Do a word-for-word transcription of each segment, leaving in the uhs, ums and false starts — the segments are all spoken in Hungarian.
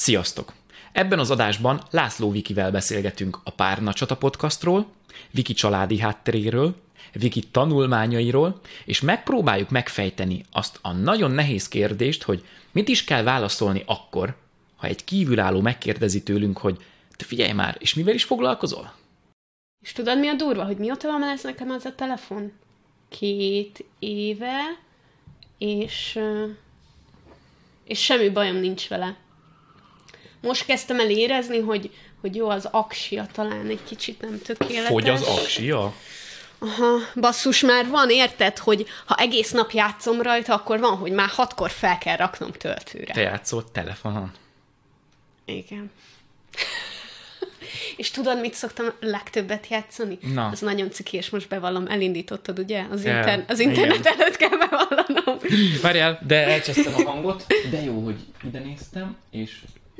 Sziasztok! Ebben az adásban László Vikivel beszélgetünk a Párna Csata podcastról, Viki családi hátteréről, Viki tanulmányairól, és megpróbáljuk megfejteni azt a nagyon nehéz kérdést, hogy mit is kell válaszolni akkor, ha egy kívülálló megkérdezi tőlünk, hogy te figyelj már, és mivel is foglalkozol? És tudod, mi a durva, hogy mióta van ez nekem az a telefon? Két éve, és, és semmi bajom nincs vele. Most kezdtem el érezni, hogy, hogy jó, az aksia talán egy kicsit nem tökéletes. Fogy az aksia? Aha, basszus, már van, érted, hogy ha egész nap játszom rajta, akkor van, hogy már hatkor fel kell raknom töltőre. Te játszol telefonon? Igen. És tudod, mit szoktam legtöbbet játszani? Na. Az nagyon ciki, és most bevallom, elindítottad, ugye? Az, El, inter- az internet igen. előtt kell bevallanom. Várjál, de elcsesztem a hangot, de jó, hogy ide néztem, és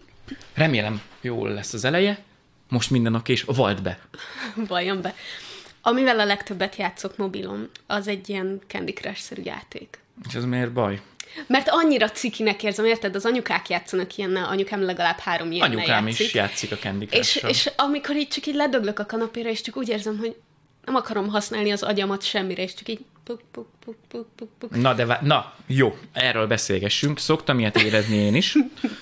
remélem jól lesz az eleje. Most minden oké, és vald be. Valljon be. Amivel a legtöbbet játszok mobilon, az egy ilyen Candy Crush-szerű játék. És ez miért baj? Mert annyira cikinek érzem, érted? Az anyukák játszanak ilyennel, anyukám legalább három ilyennel Anyukám játszik. is játszik a Candy És, Crush-sal. és amikor így csak így ledöglök a kanapéra, és csak úgy érzem, hogy nem akarom használni az agyamat semmire, és csak így puk, puk, puk, puk, puk, puk. Na, de vá- na, jó, erről beszélgessünk. Szoktam ilyet érezni én is.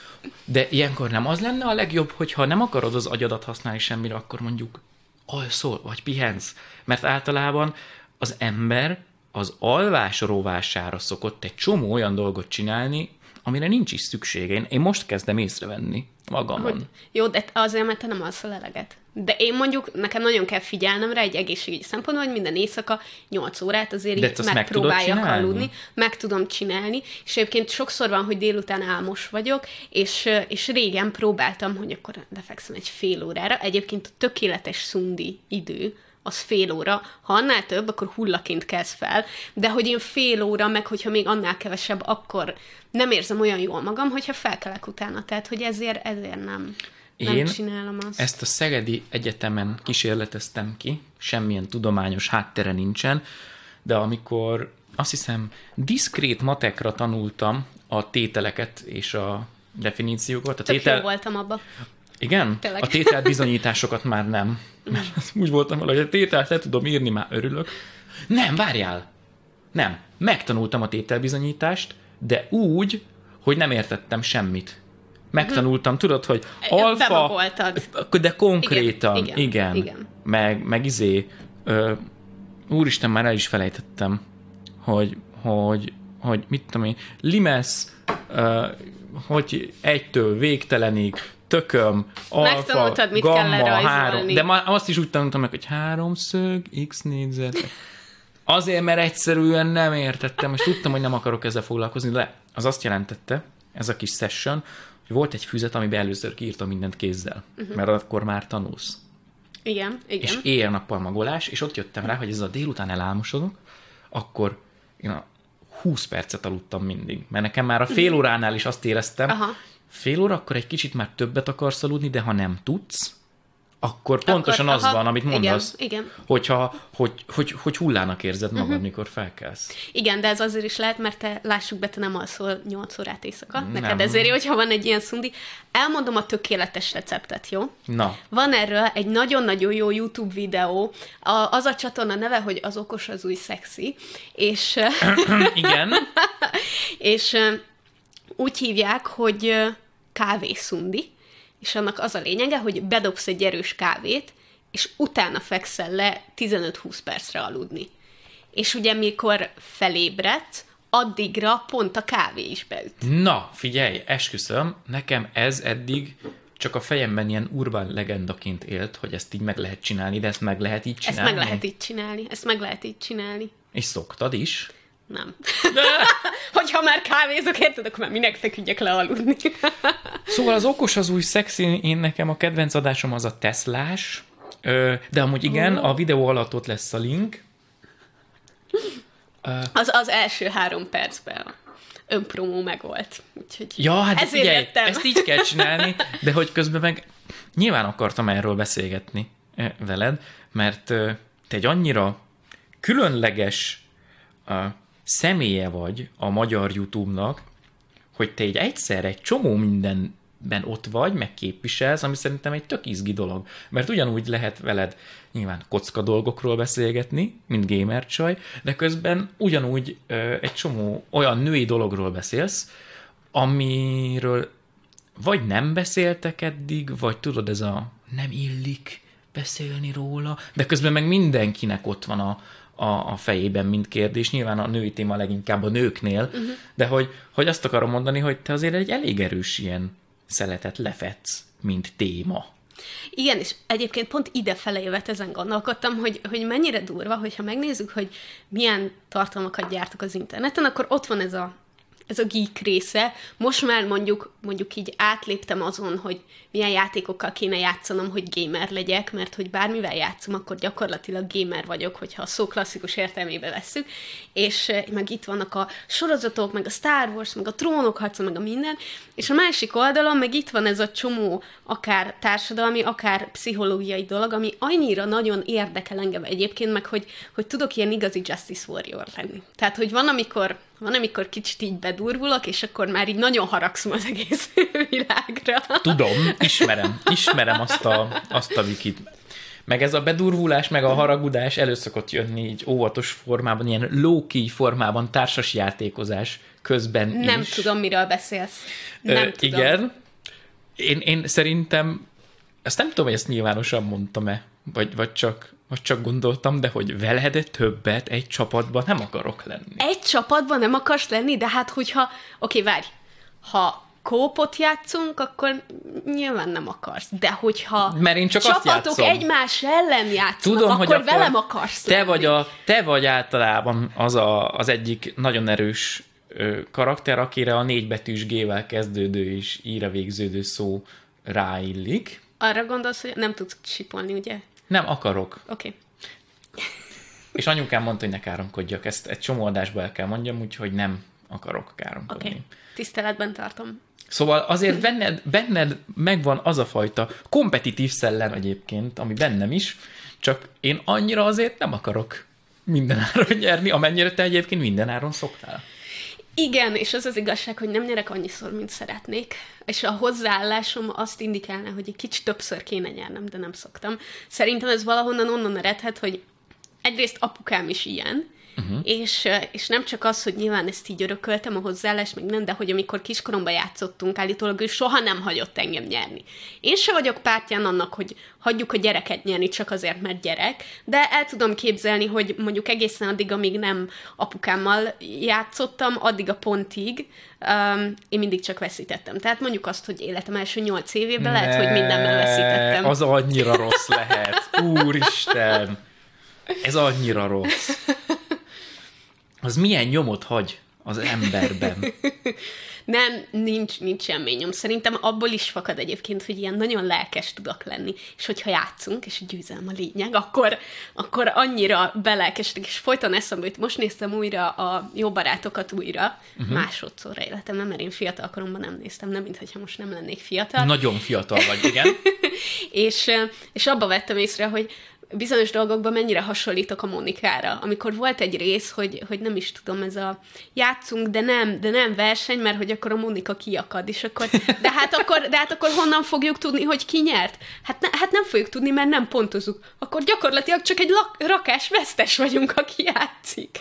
De ilyenkor nem az lenne a legjobb, hogyha nem akarod az agyadat használni semmire, akkor mondjuk alszol, vagy pihensz. Mert általában az ember az alvás rovására szokott egy csomó olyan dolgot csinálni, amire nincs is szüksége. Én, én most kezdem észrevenni magamon. Hogy, jó, de azért, mert te nem alszol eleget. De én mondjuk, nekem nagyon kell figyelnem rá egy egészségügyi szempontból, hogy minden éjszaka nyolc órát azért de így megpróbáljak aludni. Meg tudom csinálni, és egyébként sokszor van, hogy délután álmos vagyok, és, és régen próbáltam, hogy akkor lefekszem egy fél órára. Egyébként a tökéletes szundi idő, az fél óra. Ha annál több, akkor hullaként kezd fel, de hogy én fél óra, meg hogyha még annál kevesebb, akkor nem érzem olyan jól magam, hogyha felkelek utána. Tehát, hogy ezért, ezért nem, nem Én csinálom azt. ezt a Szegedi Egyetemen kísérleteztem ki, semmilyen tudományos háttere nincsen, de amikor azt hiszem diszkrét matekra tanultam a tételeket és a definíciókat. A Tök tétel... jó voltam abba. Igen? Tényleg. A tételbizonyításokat már nem. Mert úgy voltam valahogy, hogy a tételt le tudom írni, már örülök. Nem, várjál! Nem. Megtanultam a tételbizonyítást, de úgy, hogy nem értettem semmit. Megtanultam, tudod, hogy alfa... Bemagoltad. De konkrétan, igen. Igen, igen, igen, igen. Meg, meg izé... Ö, úristen, már el is felejtettem, hogy, hogy, hogy mit tudom én, limesz, ö, hogy egytől végtelenig, tököm, alfa, Megtanultad, mit gamma, kell lerajzolni. három. De ma, azt is úgy tanultam meg, hogy háromszög, x négyzet. Azért, mert egyszerűen nem értettem, és tudtam, hogy nem akarok ezzel foglalkozni, de az azt jelentette, ez a kis session, hogy volt egy füzet, amiben először kiírtam mindent kézzel, uh-huh. mert akkor már tanulsz. Igen, igen. És éjjel-nappal magolás, és ott jöttem rá, hogy ez a délután elálmosodok, akkor én a húsz percet aludtam mindig. Mert nekem már a fél óránál is azt éreztem, Aha. fél óra, akkor egy kicsit már többet akarsz aludni, de ha nem tudsz, akkor pontosan Akkor, az aha, van, amit mondasz, igen, igen. Hogyha, hogy, hogy, hogy hullának érzed magad, uh-huh. mikor felkelsz. Igen, de ez azért is lehet, mert te, lássuk be, te nem alszol nyolc órát éjszaka. Nem. Neked ezért jó, hogyha van egy ilyen szundi. Elmondom a tökéletes receptet, jó? Na. Van erről egy nagyon-nagyon jó YouTube videó. A, az a csatorna neve, hogy az okos az új szexi. És, Igen. és úgy hívják, hogy kávészundi. És annak az a lényege, hogy bedobsz egy erős kávét, és utána fekszel le tizenöt-húsz percre aludni. És ugye mikor felébredsz, addigra pont a kávé is beüt. Na, figyelj, esküszöm, nekem ez eddig csak a fejemben ilyen urban legendaként élt, hogy ezt így meg lehet csinálni, de ezt meg lehet így csinálni. Ezt meg lehet így csinálni, ezt meg lehet így csinálni. És szoktad is? Nem. Hogyha már kávézok, érted, akkor már minek feküdjek le aludni. Szóval az okos az új szexi, én nekem a kedvenc adásom az a Teslás, de amúgy igen, a videó alatt ott lesz a link. Az, az első három percben önpromó megvolt. Úgyhogy ja, hát ezért figyelj, jöttem. ezt így kell csinálni, de hogy közben meg nyilván akartam erről beszélgetni veled, mert te egy annyira különleges személye vagy a magyar YouTube-nak, hogy te egy egyszer egy csomó minden ben ott vagy, meg képviselsz, ami szerintem egy tök izgi dolog. Mert ugyanúgy lehet veled nyilván kocka dolgokról beszélgetni, mint gamer csaj, de közben ugyanúgy ö, egy csomó olyan női dologról beszélsz, amiről vagy nem beszéltek eddig, vagy tudod, ez a nem illik beszélni róla, de közben meg mindenkinek ott van a, a, a fejében mind kérdés, nyilván a női téma leginkább a nőknél, uh-huh. de hogy, hogy azt akarom mondani, hogy te azért egy elég erős ilyen szeletet lefetsz, mint téma. Igen, és egyébként pont idefele jövet ezen gondolkodtam, hogy, hogy mennyire durva, hogyha megnézzük, hogy milyen tartalmakat gyártok az interneten, akkor ott van ez a ez a geek része. Most már mondjuk, mondjuk így átléptem azon, hogy milyen játékokkal kéne játszanom, hogy gamer legyek, mert hogy bármivel játszom, akkor gyakorlatilag gamer vagyok, hogyha a szó klasszikus értelmébe vesszük, és meg itt vannak a sorozatok, meg a Star Wars, meg a Trónok harca, meg a minden, és a másik oldalon meg itt van ez a csomó akár társadalmi, akár pszichológiai dolog, ami annyira nagyon érdekel engem egyébként, meg hogy, hogy tudok ilyen igazi Justice Warrior lenni. Tehát, hogy van, amikor Van, amikor kicsit így bedurvulok, és akkor már így nagyon haragszom az egész világra. Tudom, ismerem, ismerem azt a, azt a wikit. Meg ez a bedurvulás, meg a haragudás elő szokott jönni így óvatos formában, ilyen low-key formában, társas játékozás közben Nem is. tudom, miről beszélsz. Nem Ö, tudom. Igen. Én, én szerintem, ezt nem tudom, hogy ezt nyilvánosan mondtam-e, vagy, vagy csak... Most csak gondoltam, de hogy veled többet egy csapatban nem akarok lenni. Egy csapatban nem akarsz lenni, de hát hogyha... Oké, okay, várj. Ha kópot játszunk, akkor nyilván nem akarsz. De hogyha Mert én csak csapatok azt játszom. egymás ellen játszanak, Tudom, akkor, hogy akkor velem akarsz te lenni. vagy, a, te vagy általában az, a, az egyik nagyon erős ö, karakter, akire a négybetűs G-vel kezdődő és íre végződő szó ráillik. Arra gondolsz, hogy nem tudsz sipolni, ugye? Nem akarok. Oké. Okay. És anyukám mondta, hogy ne káromkodjak. Ezt egy csomó adásba el kell mondjam, úgyhogy nem akarok káromkodni. Oké. Okay. Tiszteletben tartom. Szóval azért benned, benned megvan az a fajta kompetitív szellem egyébként, ami bennem is, csak én annyira azért nem akarok mindenáron nyerni, amennyire te egyébként mindenáron szoktál. Igen, és az az igazság, hogy nem nyerek annyiszor, mint szeretnék, és a hozzáállásom azt indikálná, hogy egy kicsit többször kéne nyernem, de nem szoktam. Szerintem ez valahonnan onnan eredhet, hogy egyrészt apukám is ilyen, uh-huh. és, és nem csak az, hogy nyilván ezt így örököltem, a hozzáállást, meg nem, de hogy amikor kiskoromban játszottunk, állítólag ő soha nem hagyott engem nyerni. Én se vagyok pártján annak, hogy hagyjuk a gyereket nyerni csak azért, mert gyerek, de el tudom képzelni, hogy mondjuk egészen addig, amíg nem apukámmal játszottam, addig a pontig um, én mindig csak veszítettem. Tehát mondjuk azt, hogy életem első nyolc évében lehet, hogy mindenben veszítettem. Az annyira rossz lehet. Úristen! Ez annyira rossz. Az milyen nyomot hagy az emberben? Nem, nincs, nincs semmi nyom. Szerintem abból is fakad egyébként, hogy ilyen nagyon lelkes tudok lenni. És hogyha játszunk, és győzelem a lényeg, akkor, akkor annyira belelkesedik, és folyton eszembe, hogy most néztem újra a Jó barátokat újra, uh-huh. másodszorra életemben, mert én fiatal koromban nem néztem, nem mintha most nem lennék fiatal. Nagyon fiatal vagy, igen. és, és abba vettem észre, hogy bizonyos dolgokban mennyire hasonlítok a Monikára. Amikor volt egy rész, hogy, hogy nem is tudom, ez a játszunk, de nem, de nem verseny, mert hogy akkor a Monika kiakad, és akkor, de hát akkor, de hát akkor honnan fogjuk tudni, hogy ki nyert? Hát, ne, hát nem fogjuk tudni, mert nem pontozunk. Akkor gyakorlatilag csak egy lak, rakás vesztes vagyunk, aki játszik.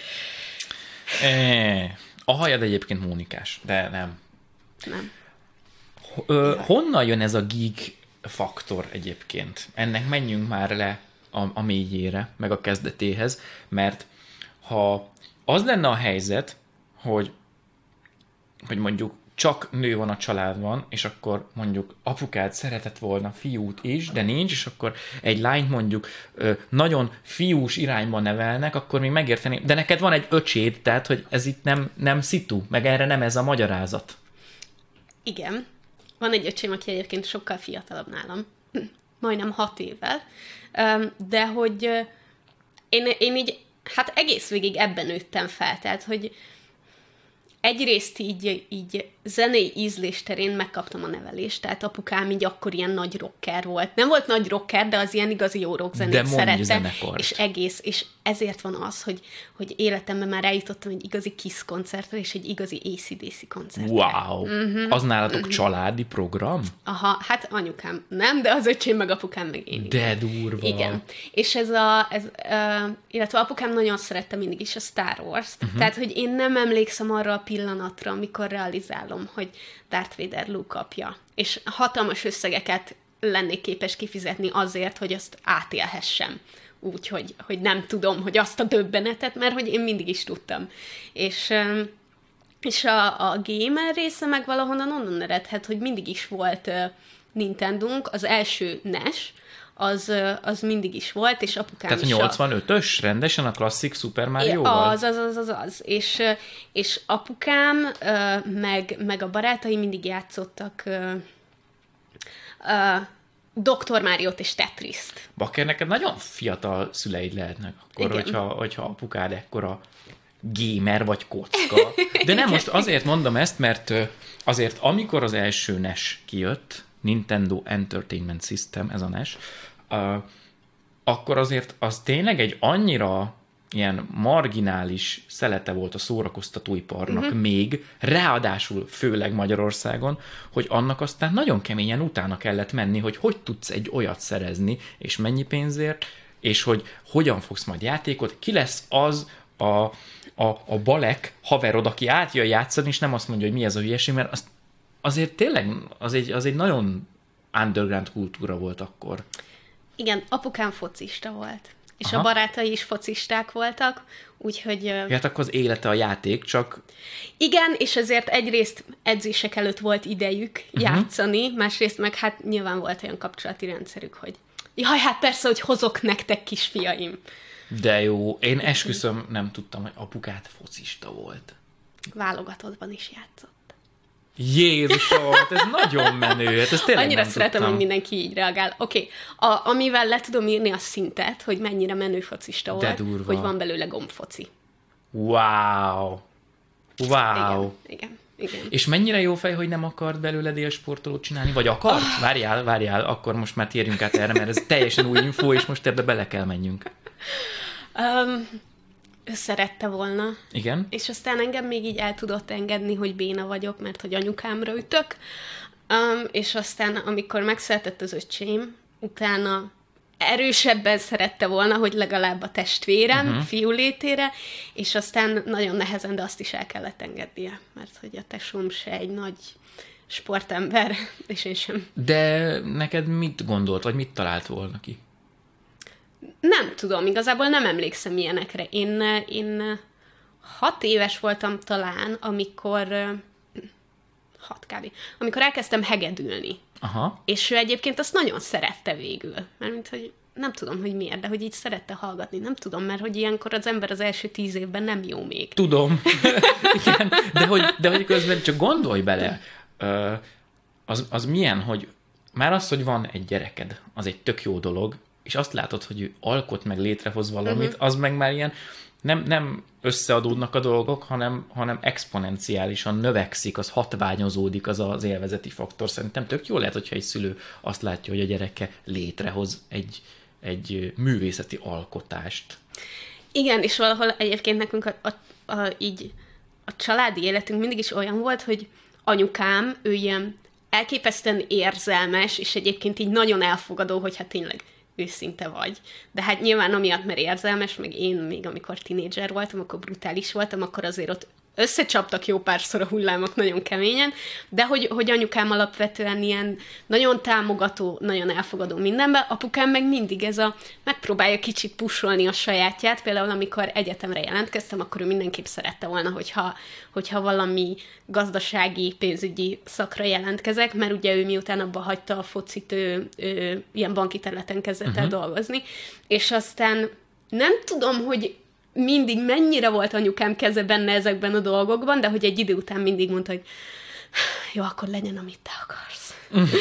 E, a hajad egyébként mónikás, de nem. Nem. Ö, honnan jön ez a geek faktor egyébként? Ennek menjünk már le a, a mélyére, meg a kezdetéhez, mert ha az lenne a helyzet, hogy, hogy mondjuk csak nő van a családban, és akkor mondjuk apukád szeretett volna fiút is, de nincs, és akkor egy lányt mondjuk ö, nagyon fiús irányba nevelnek, akkor még megérteném, de neked van egy öcséd, tehát hogy ez itt nem, nem szitu, meg erre nem ez a magyarázat. Igen. Van egy öcsém, aki egyébként sokkal fiatalabb nálam, majdnem hat évvel, de hogy én, én így, hát egész végig ebben nőttem fel, tehát, hogy egyrészt így, így zenei ízlés terén megkaptam a nevelést, tehát apukám így akkor ilyen nagy rocker volt. Nem volt nagy rocker, de az ilyen igazi jó rockzenét szerette. Zenekart. És egész, és ezért van az, hogy, hogy életemben már eljutottam egy igazi Kiss koncertre, és egy igazi á cé dé cé koncertre. Wow! Uh-huh. Az nálatok uh-huh. családi program? Aha, hát anyukám nem, de az öcsém meg apukám meg én. De durva! Igen. És ez a, ez, uh, illetve apukám nagyon szerette mindig is a Star Wars-t, uh-huh. tehát, hogy én nem emlékszem arra a pillanatra, amikor realizálom, hogy Darth Vader Luke apja. És hatalmas összegeket lennék képes kifizetni azért, hogy azt átélhessem. Úgy, hogy, hogy nem tudom, hogy azt a döbbenetet, mert hogy én mindig is tudtam. És, és a, a gamer része meg valahonnan onnan eredhet, hogy mindig is volt Nintendunk, az első en e es, az, az mindig is volt, és apukám Tehát is... a nyolcvanötös rendesen a klasszik Super Mario-val? Az, az, az, az, az. És, és apukám, meg, meg a barátai mindig játszottak doktor Máriót és Tetriszt. Bakker, neked nagyon fiatal szüleid lehetnek akkor, hogyha, hogyha apukád ekkora gamer vagy kocka. De nem, most azért mondom ezt, mert azért amikor az első en e es kijött, Nintendo Entertainment System, ez a en e es, uh, akkor azért az tényleg egy annyira ilyen marginális szelete volt a szórakoztatóiparnak uh-huh. még, ráadásul főleg Magyarországon, hogy annak aztán nagyon keményen utána kellett menni, hogy hogy tudsz egy olyat szerezni, és mennyi pénzért, és hogy hogyan fogsz majd játékot, ki lesz az a, a, a balek haverod, aki átjön játszani, és nem azt mondja, hogy mi ez a hülyeség, mert azt azért tényleg az egy, az egy nagyon underground kultúra volt akkor. Igen, apukám focista volt. És Aha. a barátai is focisták voltak, úgyhogy... Hát akkor az élete a játék, csak... Igen, és ezért egyrészt edzések előtt volt idejük uh-huh. játszani, másrészt meg hát nyilván volt olyan kapcsolati rendszerük, hogy jaj, hát persze, hogy hozok nektek, kisfiaim. De jó, én esküszöm, nem tudtam, hogy apukát focista volt. Válogatottban is játszott. Jézusom, ez nagyon menő. Hát ez tényleg annyira nem szeretem, tudtam. hogy mindenki így reagál. Oké, okay. Amivel le tudom írni a szintet, hogy mennyire menő focista volt, hogy van belőle gombfoci. Wow! Wow! Igen, igen, igen. És mennyire jó fej, hogy nem akart belőle élsportolót csinálni? Vagy akart? Oh. Várjál, várjál, akkor most már térjünk át erre, mert ez teljesen új info, és most ebbe bele kell menjünk. Um, ő szerette volna. Igen. És aztán engem még így el tudott engedni, hogy béna vagyok, mert hogy anyukámra ütök. Um, és aztán, amikor megszületett az öcsém, utána erősebben szerette volna, hogy legalább a testvérem uh-huh. fiú létére, és aztán nagyon nehezen, de azt is el kellett engednie, mert hogy a tesóm se egy nagy sportember, és én sem. De neked mit gondolt, vagy mit talált volna ki? Nem tudom, igazából nem emlékszem ilyenekre. Én, én hat éves voltam talán, amikor hat kb. Amikor elkezdtem hegedülni. Aha. És ő egyébként azt nagyon szerette végül. Mert mint, hogy nem tudom, hogy miért, de hogy így szerette hallgatni. Nem tudom, mert hogy ilyenkor az ember az első tíz évben nem jó még. Tudom. Igen, de hogy, de hogy közben csak gondolj bele, az, az milyen, hogy már az, hogy van egy gyereked, az egy tök jó dolog, és azt látod, hogy ő alkot meg létrehoz valamit, uh-huh. az meg már ilyen nem, nem összeadódnak a dolgok, hanem, hanem exponenciálisan növekszik, az hatványozódik az az élvezeti faktor. Szerintem tök jó lehet, hogyha egy szülő azt látja, hogy a gyereke létrehoz egy, egy művészeti alkotást. Igen, és valahol egyébként nekünk a, a, a, így a családi életünk mindig is olyan volt, hogy anyukám, ő ilyen elképesztően érzelmes, és egyébként így nagyon elfogadó, hogyha tényleg őszinte vagy. De hát nyilván amiatt, mert érzelmes, meg én még amikor tinédzser voltam, akkor brutális voltam, akkor azért ott összecsaptak jó párszor a hullámok nagyon keményen, de hogy, hogy anyukám alapvetően ilyen nagyon támogató, nagyon elfogadó mindenben, apukám meg mindig ez a, megpróbálja kicsit pusolni a sajátját, például amikor egyetemre jelentkeztem, akkor ő mindenképp szerette volna, hogyha, hogyha valami gazdasági, pénzügyi szakra jelentkezek, mert ugye ő miután abba hagyta a focit, ő, ő ilyen banki területen kezdett el uh-huh. dolgozni, és aztán nem tudom, hogy mindig mennyire volt anyukám keze benne ezekben a dolgokban, de hogy egy idő után mindig mondta, hogy jó, akkor legyen, amit te akarsz.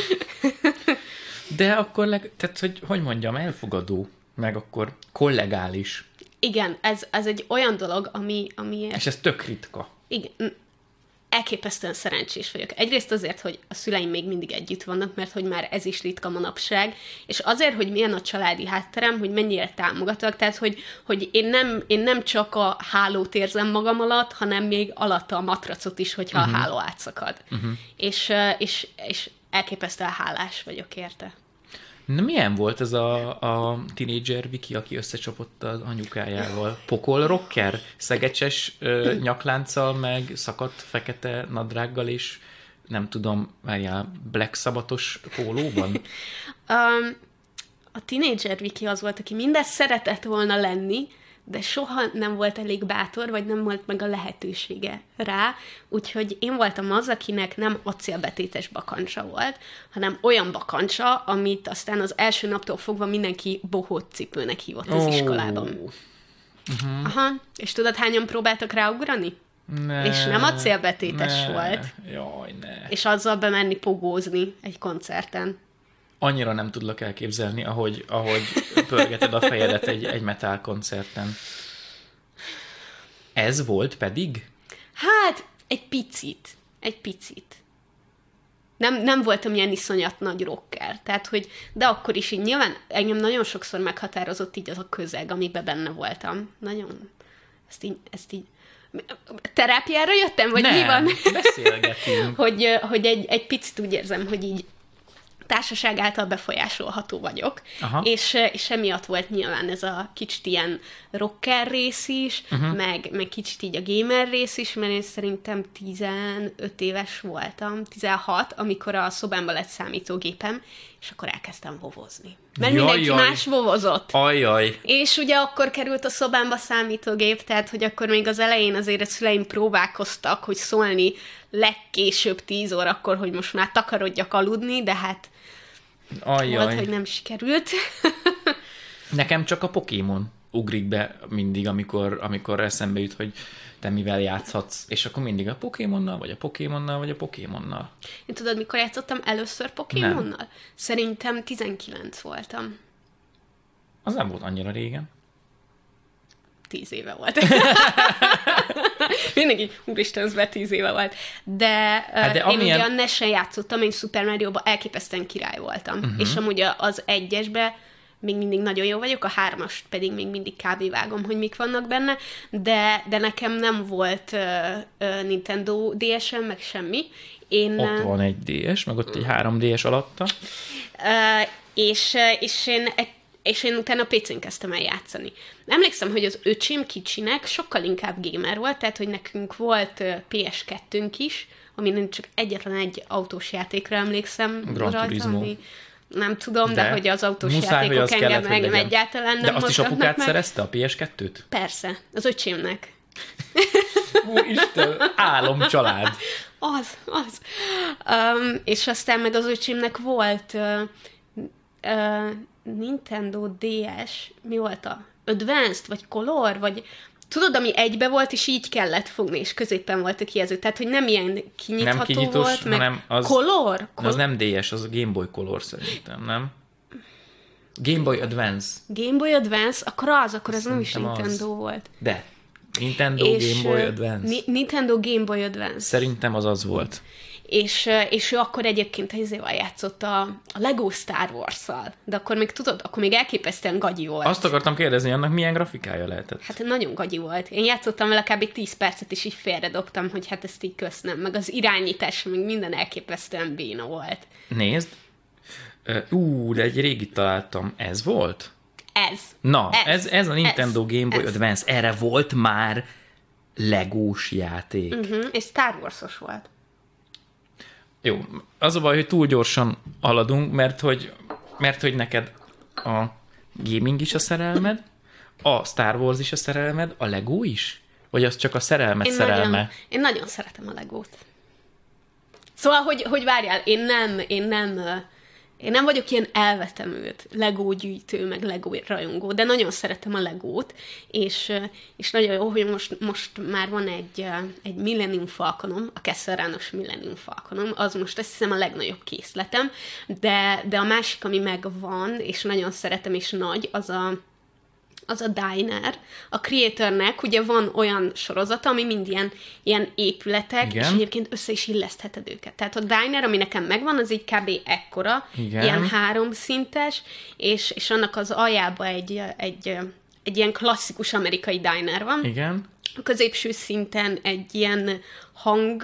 De akkor, leg, tehát, hogy, hogy mondjam, elfogadó, meg akkor kollegális. Igen, ez, ez egy olyan dolog, ami... ami És ez tök ritka. Igen. elképesztően szerencsés vagyok. Egyrészt azért, hogy a szüleim még mindig együtt vannak, mert hogy már ez is ritka manapság, és azért, hogy milyen a családi hátterem, hogy mennyire támogatok, tehát, hogy, hogy én, nem, én nem csak a hálót érzem magam alatt, hanem még alatta a matracot is, hogyha uh-huh. a háló átszakad. Uh-huh. És, és, és elképesztően hálás vagyok érte. Na milyen volt ez a, a tínédzser Viki, aki összecsapott az anyukájával? Pokol rocker? Szegecses ö, nyaklánccal, meg szakadt fekete nadrággal, és nem tudom, várjál, Black Sabbathos pólóban? um, a tínédzser Viki az volt, aki mindezt szeretett volna lenni, de soha nem volt elég bátor, vagy nem volt meg a lehetősége rá, úgyhogy én voltam az, akinek nem acélbetétes bakancsa volt, hanem olyan bakancsa, amit aztán az első naptól fogva mindenki bohóc cipőnek hívott az oh. iskolában. Uh-huh. Aha, és tudod, hányan próbáltak ráugrani? Ne, és nem acélbetétes ne, volt. Jaj, ne. És azzal bemenni pogózni egy koncerten. Annyira nem tudlak elképzelni, ahogy, ahogy pörgeted a fejedet egy, egy metal koncerten. Ez volt pedig? Hát, egy picit. Egy picit. Nem, nem voltam ilyen iszonyat nagy rocker. Tehát, hogy, de akkor is így nyilván engem nagyon sokszor meghatározott így az a közeg, amiben benne voltam. Nagyon. Ezt így, ezt így terápiára jöttem, vagy nem, mi van? beszélgetünk. hogy, hogy egy, egy picit úgy érzem, hogy így társaság által befolyásolható vagyok, és, és emiatt volt nyilván ez a kicsit ilyen rocker rész is, uh-huh. meg, meg kicsit így a gamer rész is, mert én szerintem tizenöt éves voltam, tizenhat, amikor a szobámban lett számítógépem, és akkor elkezdtem vovozni. Mert jaj, mindenki jaj. más vovozott. Ajjaj. És ugye akkor került a szobámba számítógép, tehát hogy akkor még az elején azért a szüleim próbálkoztak, hogy szólni legkésőbb tíz órakor, hogy most már takarodjak aludni, de hát ajjaj. volt, hogy nem sikerült. Nekem csak a Pokémon ugrik be mindig, amikor, amikor eszembe jut, hogy te mivel játszhatsz, és akkor mindig a Pokémonnal, vagy a Pokémonnal, vagy a Pokémonnal. Én tudod, mikor játszottam először Pokémonnal? Nem. Szerintem tizenkilenc voltam. Az nem volt annyira régen. Tíz éve volt. Mindenki, úristen, ez tíz éve volt. De, hát de én amilyen... ugye a nesen játszottam, én Super Mario-ban elképesztően király voltam. Uh-huh. És amúgy az egyesbe még mindig nagyon jó vagyok, a hármast pedig még mindig kb. Vágom, hogy mik vannak benne, de, de nekem nem volt uh, uh, Nintendo dé es-em, meg semmi. Én, ott van egy dé es, meg ott egy három dé es alatta. Uh, és, és én egy és én utána pé cén kezdtem el játszani. Emlékszem, hogy az öcsém kicsinek sokkal inkább gamer volt, tehát, hogy nekünk volt pé es kettőnk is, amin csak egyetlen egy autós játékra emlékszem. Gran Turismo. Ami, nem tudom, de, de hogy az autós muszáj, játékok az engem kellett, meg egyáltalán nem de azt is apukát meg. szerezte, a pé es kettőt? Persze, az öcsémnek. Úristen, álomcsalád. Az, az. Um, és aztán meg az öcsémnek volt uh, uh, Nintendo dé es, mi volt a Advanced, vagy Color, vagy tudod, ami egybe volt, és így kellett fogni, és középen volt a kijelző. Tehát, hogy nem ilyen kinyitható nem kinyitós, volt, meg hanem az, Color? Col- az nem dé es, az a Game Boy Color szerintem, nem? Game Boy Advance. Game Boy Advance, akkor az, akkor ez nem is Nintendo az. volt. De, Nintendo és Game Boy Advance. Ni- Nintendo Game Boy Advance. Szerintem az az volt. És, és ő akkor egyébként ezével játszott a, a Lego Star Wars-szal. De akkor még tudod, akkor még elképesztően gagyi volt. Azt akartam kérdezni, annak milyen grafikája lehetett? Hát nagyon gagyi volt. Én játszottam vele kb. tíz percet, és így félredobtam, hogy hát ezt így köszönöm. Meg az irányítás, meg minden elképesztően béna volt. Nézd. Ú, de egy régit találtam. Ez volt? Ez. Na, ez, ez, ez a Nintendo ez, Game Boy ez. Advance. Erre volt már legós játék. Uh-huh, és Star Wars-os volt. Jó, az a baj, hogy túl gyorsan haladunk, mert hogy, mert hogy neked a gaming is a szerelmed, a Star Wars is a szerelmed, a Lego is? Vagy az csak a szerelmed én szerelme? Nagyon, én nagyon szeretem a Legót. Szóval, hogy, hogy várjál, én nem, én nem, én nem vagyok ilyen elvetemült Lego gyűjtő, meg Lego rajongó, de nagyon szeretem a Legót, és, és nagyon jó, hogy most, most már van egy, egy Millennium Falconom, a Kessel-Rános Millennium Falconom, az most azt hiszem a legnagyobb készletem, de, de a másik, ami megvan, és nagyon szeretem, és nagy, az a az a Diner. A Creatornek ugye van olyan sorozata, ami mind ilyen, ilyen épületek, igen. és egyébként össze is illesztheted őket. Tehát a Diner, ami nekem megvan, az így kb. Ekkora, igen. ilyen háromszintes, és, és annak az aljába egy, egy, egy ilyen klasszikus amerikai diner van. Igen. A középső szinten egy ilyen hang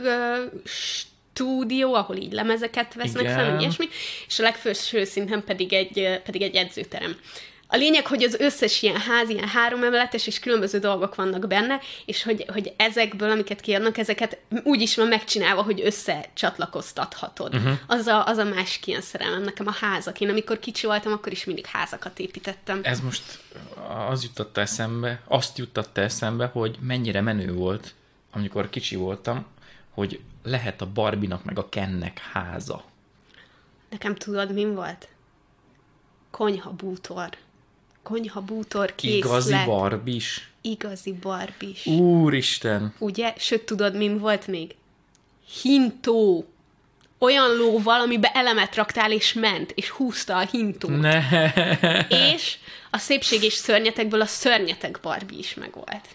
stúdió, ahol így lemezeket vesznek igen. fel, ilyesmi, és a legfelső szinten pedig egy, pedig egy edzőterem. A lényeg, hogy az összes ilyen ház, ilyen három emeletes, és különböző dolgok vannak benne, és hogy, hogy ezekből, amiket kiadnak, ezeket úgy is van megcsinálva, hogy összecsatlakoztathatod. Uh-huh. Az, a, az a másik ilyen szerelem nekem a házak. Én amikor kicsi voltam, akkor is mindig házakat építettem. Ez most az jutott eszembe, azt jutott eszembe, hogy mennyire menő volt, amikor kicsi voltam, hogy lehet a Barbie-nak meg a Kennek háza. Nekem tudod, min volt? Konyha bútor. Konyha bútor készlet. Igazi Barbis. Igazi Barbis. Úristen. Ugye? Sőt, tudod, min volt még? Hintó. Olyan lóval, amiben elemet raktál, és ment, és húzta a hintót. Ne. És a Szépség és szörnyetekből a Szörnyetek Barbie is megvolt.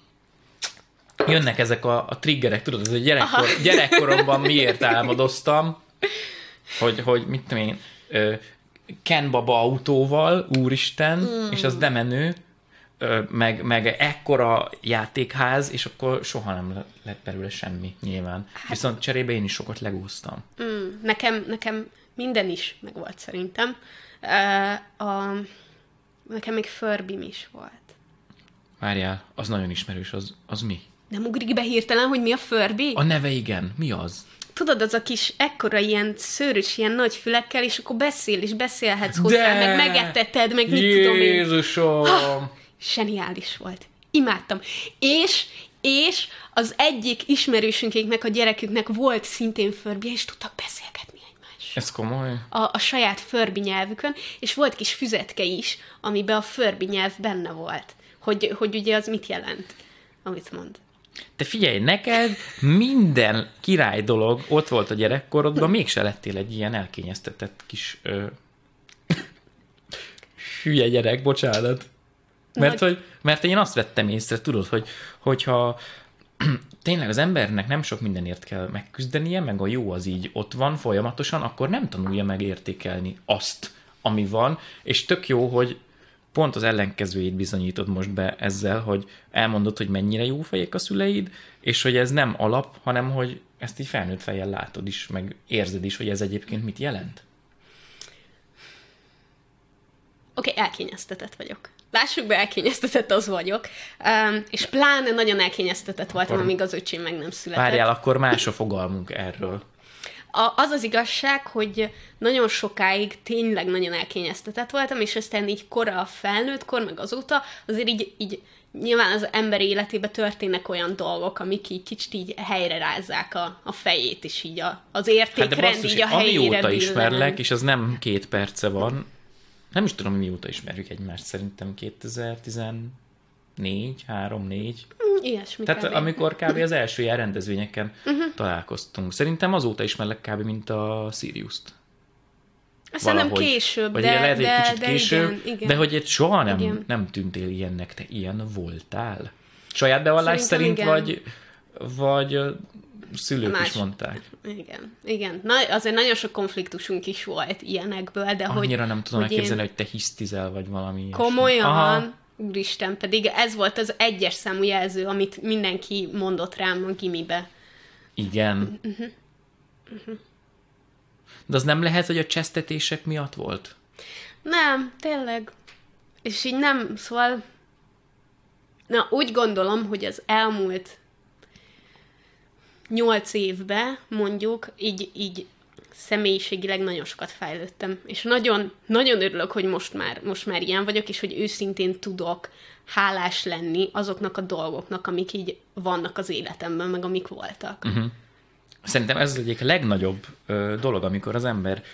Jönnek ezek a, a triggerek, tudod, ez a gyerekkor, gyerekkoromban miért álmodoztam, hogy, hogy mit tudom én, Ken baba autóval, úristen, mm. és az demenő, meg, meg ekkora játékház, és akkor soha nem lett belőle semmi, nyilván. Hát, viszont cserébe én is sokat legóztam. Mm, nekem, nekem minden is megvolt szerintem. Uh, a, nekem még Furby-m is volt. Várjál, az nagyon ismerős, az, az mi? Nem ugrik be hirtelen, hogy mi a Furby? A neve igen, mi az? Tudod, az a kis ekkora ilyen szőrös, ilyen nagy fülekkel, és akkor beszél, és beszélhetsz hozzá, meg megeteted, meg mit tudom én. Jézusom! Ha, zseniális volt. Imádtam. És, és az egyik ismerősünkéknek, a gyereküknek volt szintén Furby, és tudtak beszélgetni egymással. Ez komoly? A, a saját Furby nyelvükön, és volt kis füzetke is, amiben a Furby nyelv benne volt. Hogy, hogy ugye az mit jelent, amit mond. Te figyelj, neked minden király dolog ott volt a gyerekkorodban, mégse lettél egy ilyen elkényeztetett kis ö, hülye gyerek, bocsánat. Mert, hogy, mert én azt vettem észre, tudod, hogy, hogyha tényleg az embernek nem sok mindenért kell megküzdenie, meg a jó az így ott van folyamatosan, akkor nem tanulja meg értékelni azt, ami van, és tök jó, hogy pont az ellenkezőjét bizonyítod most be ezzel, hogy elmondod, hogy mennyire jó fejek a szüleid, és hogy ez nem alap, hanem hogy ezt így felnőtt fejjel látod is, meg érzed is, hogy ez egyébként mit jelent. Oké, okay, elkényeztetett vagyok. Lássuk be, elkényeztetett az vagyok. Um, és pláne nagyon elkényeztetett voltam, akkor, amíg az öcsém meg nem született. Várjál, akkor más a fogalmunk erről. A, az az igazság, hogy nagyon sokáig tényleg nagyon elkényeztetett voltam, és aztán így kora a felnőttkor, meg azóta azért így, így nyilván az ember életében történnek olyan dolgok, amik így kicsit így helyre rázzák a, a fejét, és így a, az értékrend hát basszus, így a helyére amióta billen. Ismerlek, és az nem két perce van, nem is tudom, mióta ismerjük egymást, szerintem kétezer-tizennégy, három, négy. Ilyesmi. Tehát kb. amikor kb. Az első ilyen rendezvényeken uh-huh. találkoztunk. Szerintem azóta ismerlek kb. Mint a Siriust. Aztán nem később, vagy de, igen, lehet, de, egy kicsit de később, igen, igen. De hogy egy soha nem, nem tűntél ilyennek, te ilyen voltál? Saját bevallás szerint, igen. vagy, vagy szülők Más. is mondták? Igen, igen. Na, azért nagyon sok konfliktusunk is volt ilyenekből, de Annyira hogy... Annyira nem tudom elképzelni, én... hogy te hisztizel, vagy valami komolyan, úristen, pedig ez volt az egyes számú jelző, amit mindenki mondott rám a gimibe. Igen. Uh-huh. Uh-huh. De az nem lehet, hogy a csesztetések miatt volt? Nem, tényleg. És így nem, szóval... Na, úgy gondolom, hogy az elmúlt nyolc évben, mondjuk, így, így személyiségileg nagyon sokat fejlődtem. És nagyon, nagyon örülök, hogy most már, most már ilyen vagyok, és hogy őszintén tudok hálás lenni azoknak a dolgoknak, amik így vannak az életemben, meg amik voltak. Uh-huh. Szerintem ez az egyik legnagyobb ö, dolog, amikor az ember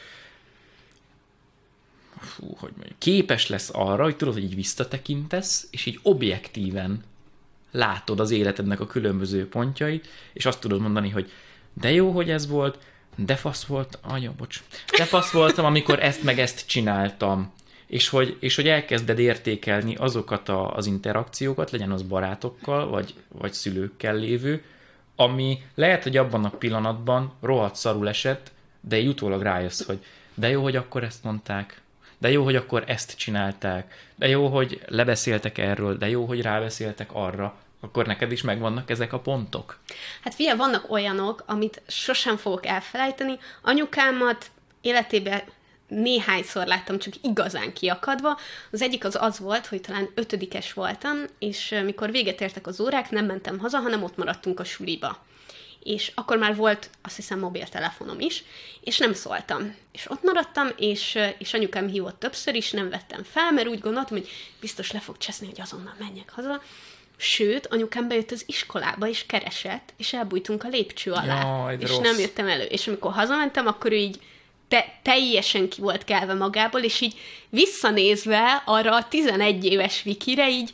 fú, hogy mondjam, képes lesz arra, hogy tudod, hogy így visszatekintesz, és így objektíven látod az életednek a különböző pontjait, és azt tudod mondani, hogy de jó, hogy ez volt, de fasz volt, anya, bocs, de fasz voltam, amikor ezt meg ezt csináltam. és hogy, és hogy elkezded értékelni azokat a, az interakciókat, legyen az barátokkal, vagy, vagy szülőkkel lévő, ami lehet, hogy abban a pillanatban rohadt szarul esett, de így utólag rájössz, hogy de jó, hogy akkor ezt mondták, de jó, hogy akkor ezt csinálták, de jó, hogy lebeszéltek erről, de jó, hogy rábeszéltek arra, akkor neked is megvannak ezek a pontok. Hát figyelj, vannak olyanok, amit sosem fogok elfelejteni. Anyukámat életében néhányszor láttam, csak igazán kiakadva. Az egyik az az volt, hogy talán ötödikes voltam, és mikor véget értek az órák, nem mentem haza, hanem ott maradtunk a suliba. És akkor már volt, azt hiszem, mobiltelefonom is, és nem szóltam. És ott maradtam, és, és anyukám hívott többször is, nem vettem fel, mert úgy gondoltam, hogy biztos le fog cseszni, hogy azonnal menjek haza. Sőt, anyukám bejött az iskolába, és keresett, és elbújtunk a lépcső alá. Jaj, és rossz. nem jöttem elő. És amikor hazamentem, akkor ő így te- teljesen ki volt kelve magából, és így visszanézve arra a tizenegy éves Vikire, így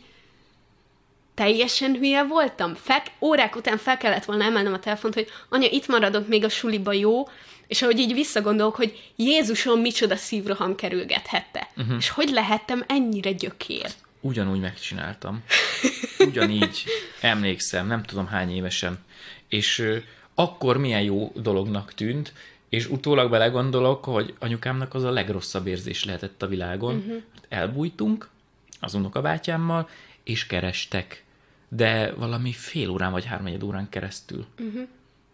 teljesen hülye voltam. Fel, órák után fel kellett volna emelnem a telefont, hogy anya, itt maradok még a suliba, jó? És ahogy így visszagondolok, hogy Jézusom, micsoda szívroham kerülgethette. Uh-huh. És hogy lehettem ennyire gyökér? Ugyanúgy megcsináltam. Ugyanígy emlékszem, nem tudom hány évesen. És ö, akkor milyen jó dolognak tűnt, és utólag belegondolok, hogy anyukámnak az a legrosszabb érzés lehetett a világon. Uh-huh. Elbújtunk az unokabátyámmal, és kerestek. De valami fél órán vagy háromnegyed órán keresztül. Uh-huh.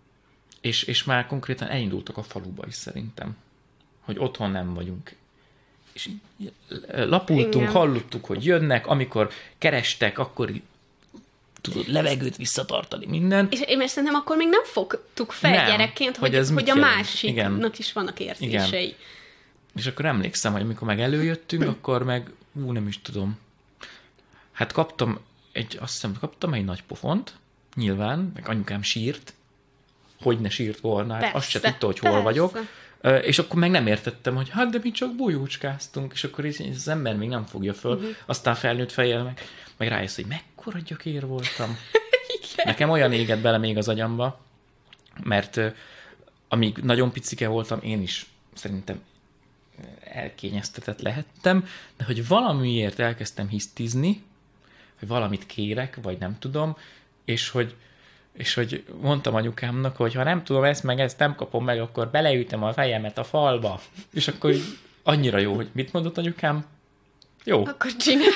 És, és már konkrétan elindultak a faluba is szerintem. Hogy otthon nem vagyunk. És lapultunk, igen. Hallottuk, hogy jönnek, amikor kerestek, akkor tudod, levegőt visszatartani, minden. És én szerintem akkor még nem fogtuk fel nem, gyerekként, hogy, hogy, hogy a jelent? Másiknak igen. is vannak érzései. Igen. És akkor emlékszem, hogy amikor meg előjöttünk, akkor meg, ú, nem is tudom. Hát kaptam egy, azt hiszem, kaptam egy nagy pofont, nyilván, meg anyukám sírt, hogy ne sírt volna, persze, azt se tudta, hogy hol persze. vagyok. És akkor meg nem értettem, hogy hát de mi csak bujócskáztunk, és akkor így az ember még nem fogja föl, uh-huh. aztán felnőtt fejjel meg, meg rájössz, hogy mekkora gyökér voltam. Nekem olyan égett bele még az agyamba, mert uh, amíg nagyon picike voltam, én is szerintem elkényeztetett lehettem, de hogy valamiért elkezdtem hisztizni, hogy valamit kérek, vagy nem tudom, és hogy és hogy mondtam anyukámnak, hogy ha nem tudom ezt, meg ezt nem kapom meg, akkor beleütem a fejemet a falba. És akkor így annyira jó, hogy mit mondott anyukám? Jó. Akkor csináld.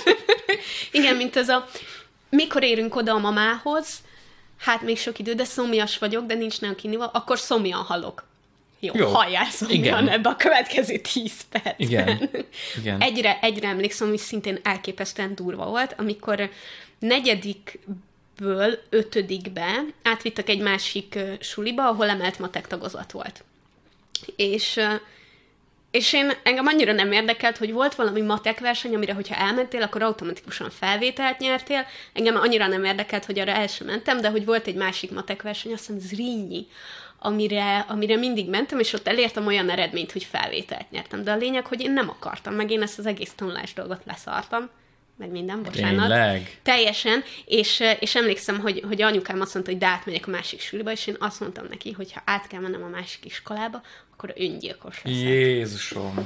Igen, mint ez a mikor érünk oda a mamához, hát még sok idő, de szomjas vagyok, de nincs nagyon kinival, akkor szomjan halok. Jó, jó. Halljál szomjan ebbe a következő tíz percben. Igen. Igen. Egyre, egyre emlékszem, hogy szintén elképesztően durva volt, amikor negyedik ből ötödikbe átvittek egy másik uh, suliba, ahol emelt matek tagozat volt. És, uh, és én engem annyira nem érdekelt, hogy volt valami matek verseny, amire, hogyha elmentél, akkor automatikusan felvételt nyertél. Engem annyira nem érdekelt, hogy arra el sem mentem, de hogy volt egy másik matek verseny, azt hiszem Zrínyi, amire, amire mindig mentem, és ott elértem olyan eredményt, hogy felvételt nyertem. De a lényeg, hogy én nem akartam, meg én ezt az egész tanulás dolgot leszartam. Meg minden, bocsánat. Tényleg? Teljesen, és, és emlékszem, hogy, hogy anyukám azt mondta, hogy de átmegyek a másik suliba, és én azt mondtam neki, hogy ha át kell mennem a másik iskolába, akkor öngyilkos leszek. Jézusom.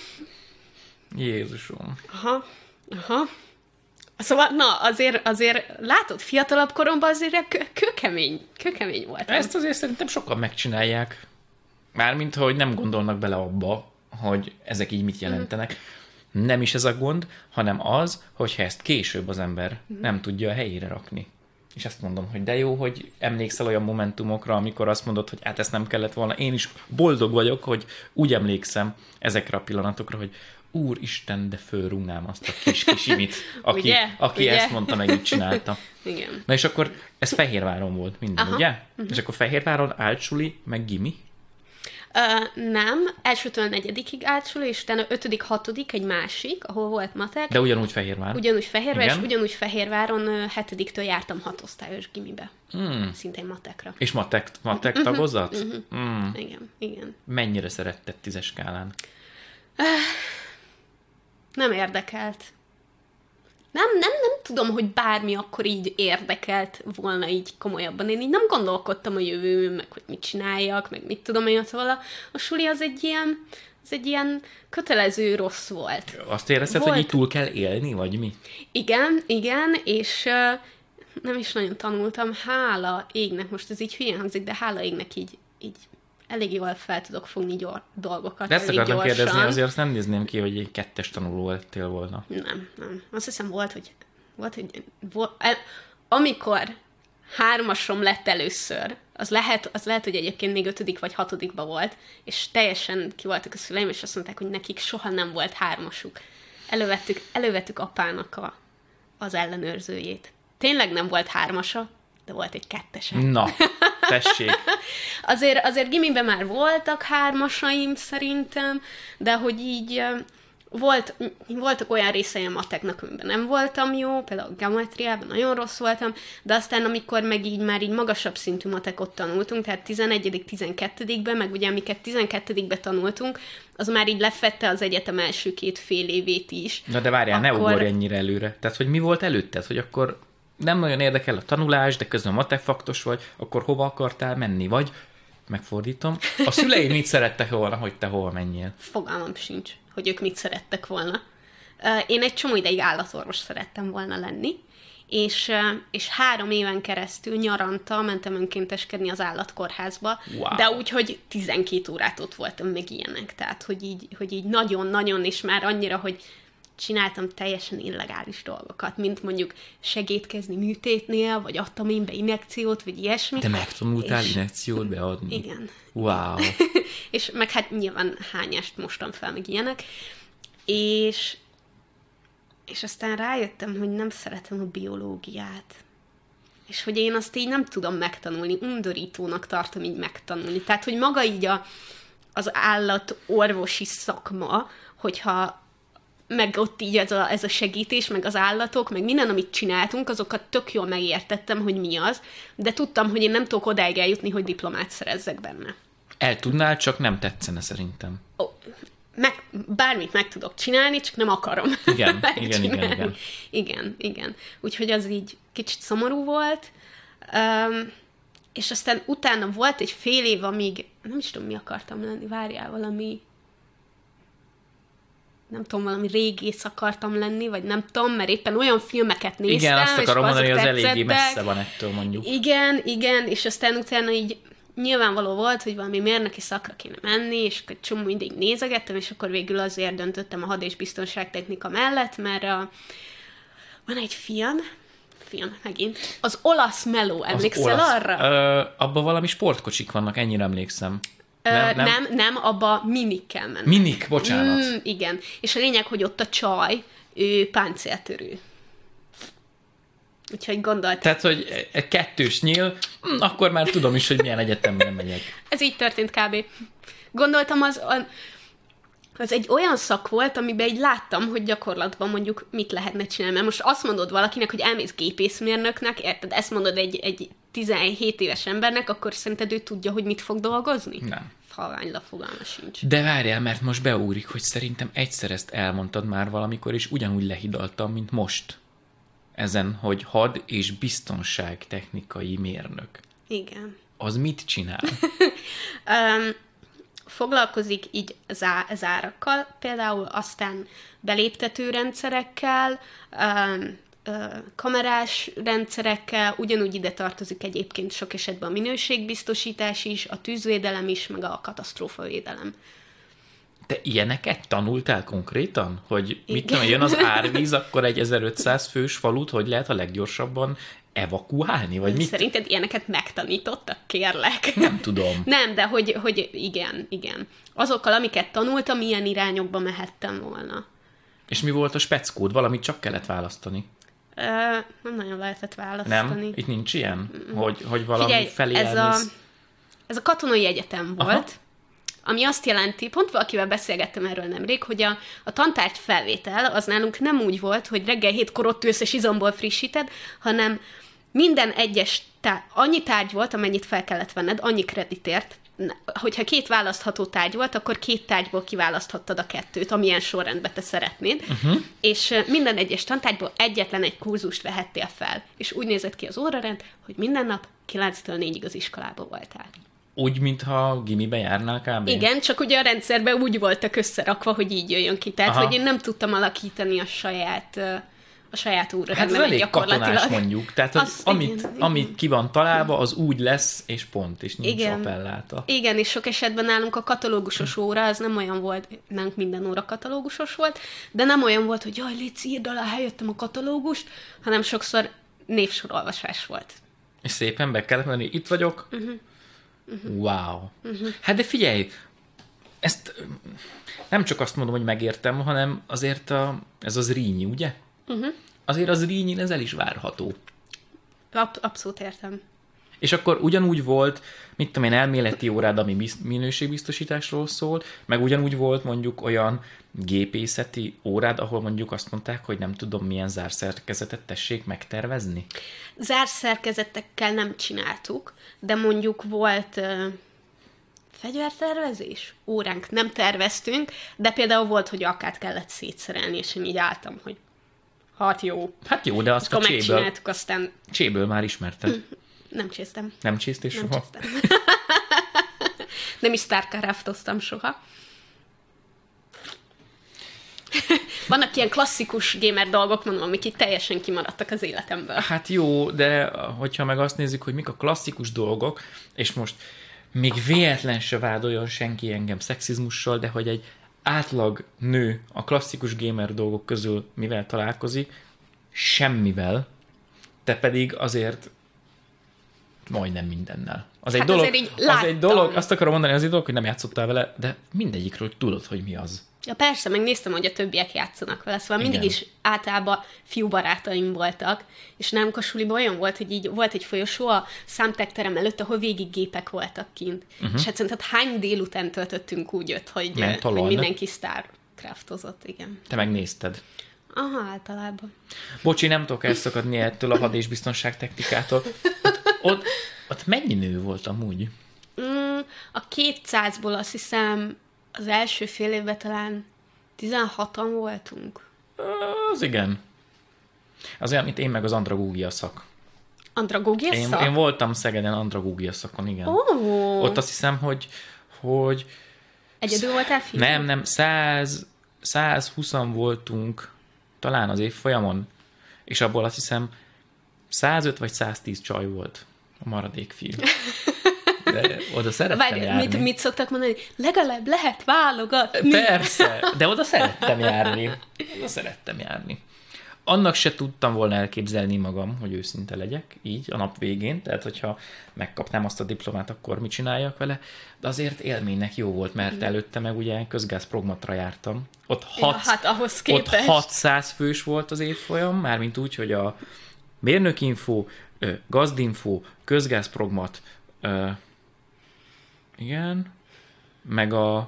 Jézusom. Aha, aha. Szóval, na, azért, azért látod, fiatalabb koromban azért kőkemény, kőkemény voltam. Ezt azért szerintem sokan megcsinálják. Mármint, hogy nem gondolnak bele abba, hogy ezek így mit jelentenek. Mm. Nem is ez a gond, hanem az, hogyha ezt később az ember mm. nem tudja a helyére rakni. És ezt mondom, hogy de jó, hogy emlékszel olyan momentumokra, amikor azt mondod, hogy hát ezt nem kellett volna. Én is boldog vagyok, hogy úgy emlékszem ezekre a pillanatokra, hogy Úristen, de fölrúgnám azt a kis kisimit, aki, ugye? aki ugye? Ezt mondta, meg így csinálta. Igen. Na és akkor ez Fehérváron volt minden, aha. ugye? Uh-huh. És akkor Fehérváron áltsuli, meg gimi? Uh, nem, elsőtől negyedikig áltsuli, és utána ötödik, hatodik egy másik, ahol volt matek. De ugyanúgy Fehérvár. Ugyanúgy Fehérvár, és ugyanúgy Fehérváron hetediktől jártam hatosztályos gimibe. Hmm. Szintén matekra. És matek, matek uh-huh. tagozat? Uh-huh. Hmm. Igen, igen. Mennyire szeretted tízes skálán? Uh, nem érdekelt. Nem, nem, nem tudom, hogy bármi akkor így érdekelt volna így komolyabban. Én így nem gondolkodtam a jövőm, meg hogy mit csináljak, meg mit tudom én, szóval a, a suli az egy ilyen, ez egy ilyen kötelező rossz volt. Azt érezted, volt... hogy így túl kell élni, vagy mi? Igen, igen, és uh, nem is nagyon tanultam, hála égnek, most ez így hülyén hangzik, de hála égnek így, így elég jól fel tudok fogni gyor, dolgokat. De ezt akartam kérdezni, azért azt nem nézném ki, hogy egy kettes tanuló lettél volna. Nem, nem. Azt hiszem volt, hogy, volt, hogy volt, el, amikor hármasom lett először, az lehet, az lehet, hogy egyébként még ötödik vagy hatodikba volt, és teljesen ki voltak a szüleim, és azt mondták, hogy nekik soha nem volt hármasuk. Elővettük, elővettük apának a, az ellenőrzőjét. Tényleg nem volt hármasa, de volt egy kettese. Na, tessék. azért, azért gimiben már voltak hármasaim szerintem, de hogy így volt, voltak olyan részei a mateknak, amiben nem voltam jó, például a geometriában nagyon rossz voltam, de aztán amikor meg így már így magasabb szintű matekot tanultunk, tehát tizenegyedik tizenkettedikben, meg ugye amiket tizenkettedikben tanultunk, az már így lefette az egyetem első két fél évét is. Na de várjál, akkor... ne ugorj ennyire előre. Tehát, hogy mi volt előtted, hogy akkor nem nagyon érdekel a tanulás, de közben matekfaktos vagy, akkor hova akartál menni, vagy megfordítom. A szüleid mit szerettek volna, hogy te hova menjél? Fogalmam sincs, hogy ők mit szerettek volna. Én egy csomó ideig állatorvos szerettem volna lenni, és, és három éven keresztül nyaranta mentem önkénteskedni az állatkórházba, wow. De úgy, hogy tizenkét órát ott voltam meg ilyenek, tehát hogy így, hogy így nagyon-nagyon, és már annyira, hogy csináltam teljesen illegális dolgokat, mint mondjuk segédkezni műtétnél, vagy adtam én be injekciót, vagy ilyesmi. Te megtanultál és... injekciót beadni? Igen. Wow. És meg hát nyilván hányást mostam fel, meg ilyenek. És, és aztán rájöttem, hogy nem szeretem a biológiát. És hogy én azt így nem tudom megtanulni, undorítónak tartom így megtanulni. Tehát, hogy maga így a, az állatorvosi szakma, hogyha meg ott így ez a, ez a segítés, meg az állatok, meg minden, amit csináltunk, azokat tök jól megértettem, hogy mi az, de tudtam, hogy én nem tudok odáig eljutni, hogy diplomát szerezzek benne. El tudnál, csak nem tetszene szerintem. Oh, meg, bármit meg tudok csinálni, csak nem akarom. Igen, igen, igen, igen. Igen, igen. Úgyhogy az így kicsit szomorú volt, um, és aztán utána volt egy fél év, amíg, nem is tudom, mi akartam lenni, várjál, valami nem tudom, valami régész akartam lenni, vagy nem tudom, mert éppen olyan filmeket néztem, igen, azt akarom mondani, hogy az tetszettek. Eléggé messze van ettől, mondjuk. Igen, igen, és aztán utána így nyilvánvaló volt, hogy valami mérnöki szakra kéne menni, és egy csomó mindig nézegettem, és akkor végül azért döntöttem a had- és biztonságtechnika mellett, mert a... van egy film, film megint, az olasz meló, emlékszel olasz, arra? Ö, abban valami sportkocsik vannak, ennyire emlékszem. Nem, nem, nem, nem abba minikkel mennek. Minik, bocsánat. Mm, igen. És a lényeg, hogy ott a csaj, ő páncéltörő. Úgyhogy gondoltam. Tehát, hogy kettős nyíl, akkor már tudom is, hogy milyen egyetemben megyek. Ez így történt kb. Gondoltam, az, az egy olyan szak volt, amiben így láttam, hogy gyakorlatban mondjuk mit lehetne csinálni. Mert most azt mondod valakinek, hogy elmész gépészmérnöknek, érted? Ezt mondod egy, egy tizenhét éves embernek, akkor szerinted ő tudja, hogy mit fog dolgozni? Nem. Halványla fogalma sincs. De várjál, mert most beúrik, hogy szerintem egyszer ezt elmondtad már valamikor, és ugyanúgy lehidaltam, mint most. Ezen, hogy had- és biztonságtechnikai mérnök. Igen. Az mit csinál? um, foglalkozik így zá- zárakkal, például aztán beléptető rendszerekkel, um, kamerás rendszerekkel, ugyanúgy ide tartozik egyébként sok esetben a minőségbiztosítás is, a tűzvédelem is, meg a katasztrófavédelem. Te ilyeneket tanultál konkrétan? Hogy mit tudom, jön az árvíz, akkor egy ezerötszáz fős falut hogy lehet a leggyorsabban evakuálni? Vagy mit? Szerinted ilyeneket megtanítottak, kérlek? Nem tudom. Nem, de hogy, hogy igen, igen. Azokkal, amiket tanultam, milyen irányokba mehettem volna. És mi volt a speckód? Valamit csak kellett választani? Ö, nem nagyon lehetett választani. Nem? Itt nincs ilyen? Hogy, hogy valami Figyelj, felé ez a, ez a katonai egyetem volt, aha. Ami azt jelenti, pont valakivel beszélgettem erről nemrég, hogy a, a tantárgy felvétel az nálunk nem úgy volt, hogy reggel hétkor ott ülsz és izomból frissíted, hanem minden egyes tárgy, annyi tárgy volt, amennyit fel kellett venned, annyi kreditért. Hogyha két választható tárgy volt, akkor két tárgyból kiválaszthattad a kettőt, amilyen sorrendben te szeretnéd, uh-huh. És minden egyes tantárgyból egyetlen egy kurzust vehettél fel. És úgy nézett ki az órarend, hogy minden nap kilenctől négyig az iskolába voltál. úgy, mintha gimibe járnál kb. Igen, csak ugye a rendszerben úgy voltak összerakva, hogy így jöjjön ki. Tehát, Aha. hogy én nem tudtam alakítani a saját, a saját órarendemet hát ez elég gyakorlatilag. katonás mondjuk. Tehát, az, amit, igen, amit igen. ki van találva, az úgy lesz, és pont, és nincs igen. appelláta. Igen, és sok esetben nálunk a katalógusos óra, az nem olyan volt, nálunk minden óra katalógusos volt, de nem olyan volt, hogy jaj, légy, írd alá, eljöttem a katalógust, hanem sokszor névsorolvasás volt. És szépen be kellett mondani, itt vagyok. Uh-huh. Uh-huh. Wow. Uh-huh. Hát de figyelj, ezt nem csak azt mondom, hogy megértem, hanem azért a, ez az Rínyi, ugye? Uh-huh. Azért az Rínyin ez el is várható. Ab- abszolút értem. És akkor ugyanúgy volt, mit tudom én, elméleti órád, ami biz- minőségbiztosításról szól, meg ugyanúgy volt mondjuk olyan gépészeti órád, ahol mondjuk azt mondták, hogy nem tudom milyen zárszerkezetet tessék megtervezni? Zárszerkezetekkel nem csináltuk, de mondjuk volt uh, fegyvertervezés óránk, nem terveztünk, de például volt, hogy akát kellett szétszerelni, és én így álltam, hogy hát jó. Hát jó, de azt a cséből, megcsináltuk, aztán... cséből már ismerted. Nem csésztem. Nem csésztél soha? Nem csésztem. Nem is Starcraftoztam soha. Vannak ilyen klasszikus gamer dolgok, mondom, amik itt teljesen kimaradtak az életemből. Hát jó, de hogyha meg azt nézzük, hogy mik a klasszikus dolgok, és most még véletlen se vádoljon senki engem szexizmussal, de hogy egy átlag nő a klasszikus gamer dolgok közül mivel találkozik, semmivel, te pedig azért majdnem mindennel. Az egy hát dolog, az egy dolog, azt akarom mondani, az egy dolog, hogy nem játszottál vele, de mindegyikről tudod, hogy mi az. Ja persze, megnéztem, hogy a többiek játszanak vele, szóval Igen. mindig is általában fiú barátaim voltak, és nálunk a suliban olyan volt, hogy így volt egy folyosó a számtekterem előtt, ahol végig gépek voltak kint. Uh-huh. És hát szerinted hány délután töltöttünk úgy jött, hogy, hogy mindenki Starcraftozott, igen. Te megnézted. Aha, általában. Bocsi, nem tudok elszakadni ettől a had- és biztonságtechnikától. Ott, ott, ott mennyi nő volt amúgy? Mm, a kétszázból azt hiszem az első fél évben talán tizenhatan voltunk. Az igen. Az olyan, mint én meg az andragógia szak. Andragógia én, szak? Én voltam Szegeden andragógia szakon, igen. Oh. Ott azt hiszem, hogy... hogy Egyedül voltál fiú? Nem, nem, száz, százhúszan voltunk talán az évfolyamon, és abból azt hiszem százöt vagy száztíz csaj volt a maradék fiú. De oda szerettem Várj, járni. Mit, mit szoktak mondani? Legalább lehet válogatni. Persze, de oda szerettem járni. Oda szerettem járni. Annak se tudtam volna elképzelni magam, hogy őszinte legyek, így a nap végén, tehát hogyha megkapnám azt a diplomát, akkor mit csináljak vele, de azért élménynek jó volt, mert előtte meg ugye közgázprogmatra jártam. Ott, hat, ja, hát ahhoz ott hatszáz fős volt az évfolyam, mármint úgy, hogy a mérnökinfo, gazdinfo, közgázprogmat, igen, meg a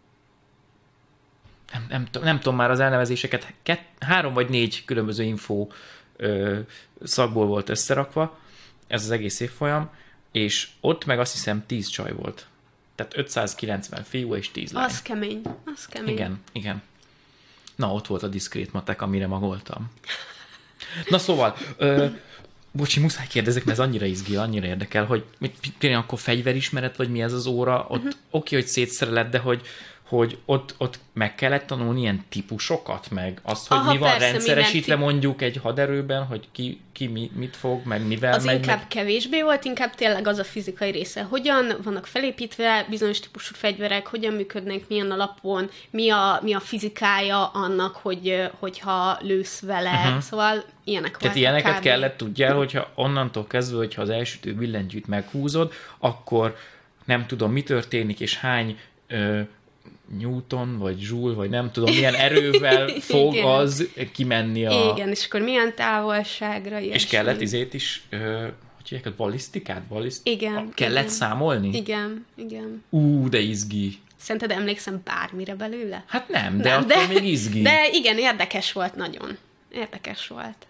nem, nem, nem tudom már az elnevezéseket, kett, három vagy négy különböző info ö, szakból volt összerakva, ez az egész évfolyam, és ott meg azt hiszem tíz csaj volt. Tehát ötszázkilencven fiú és tíz lány. Az kemény, az kemény. Igen, igen. Na, ott volt a diszkrét matek, amire magoltam. Na szóval, ö, bocsi, muszáj kérdezek, mert ez annyira izgi, annyira érdekel, hogy például akkor fegyverismeret, vagy mi ez az óra, ott uh-huh. oké, hogy szétszereled, de hogy hogy ott, ott meg kellett tanulni ilyen típusokat, meg azt, hogy Aha, mi van persze, rendszeresítve típ... mondjuk egy haderőben, hogy ki, ki mi, mit fog, meg mivel az megy. Az inkább meg... kevésbé volt, inkább tényleg az a fizikai része. Hogyan vannak felépítve bizonyos típusú fegyverek, hogyan működnek, milyen alapon, mi a, mi a fizikája annak, hogy, hogyha lősz vele. Uh-huh. Szóval ilyenek voltak. Tehát ilyeneket kb. Kellett tudjál, hogyha onnantól kezdve, hogyha az elsütő billentyűt meghúzod, akkor nem tudom, mi történik, és hány ö, Newton, vagy Joule, vagy nem tudom, milyen erővel fog igen. az kimenni a... Igen, és akkor milyen távolságra ilyesmi. És kellett izét is, ö, hogy hívják, ballisztikát? Balliszt... Igen. Kellett igen. számolni? Igen, igen. Ú, de izgi. Szerinted emlékszem bármire belőle? Hát nem, de nem, akkor de, még izgi. De igen, érdekes volt nagyon. Érdekes volt.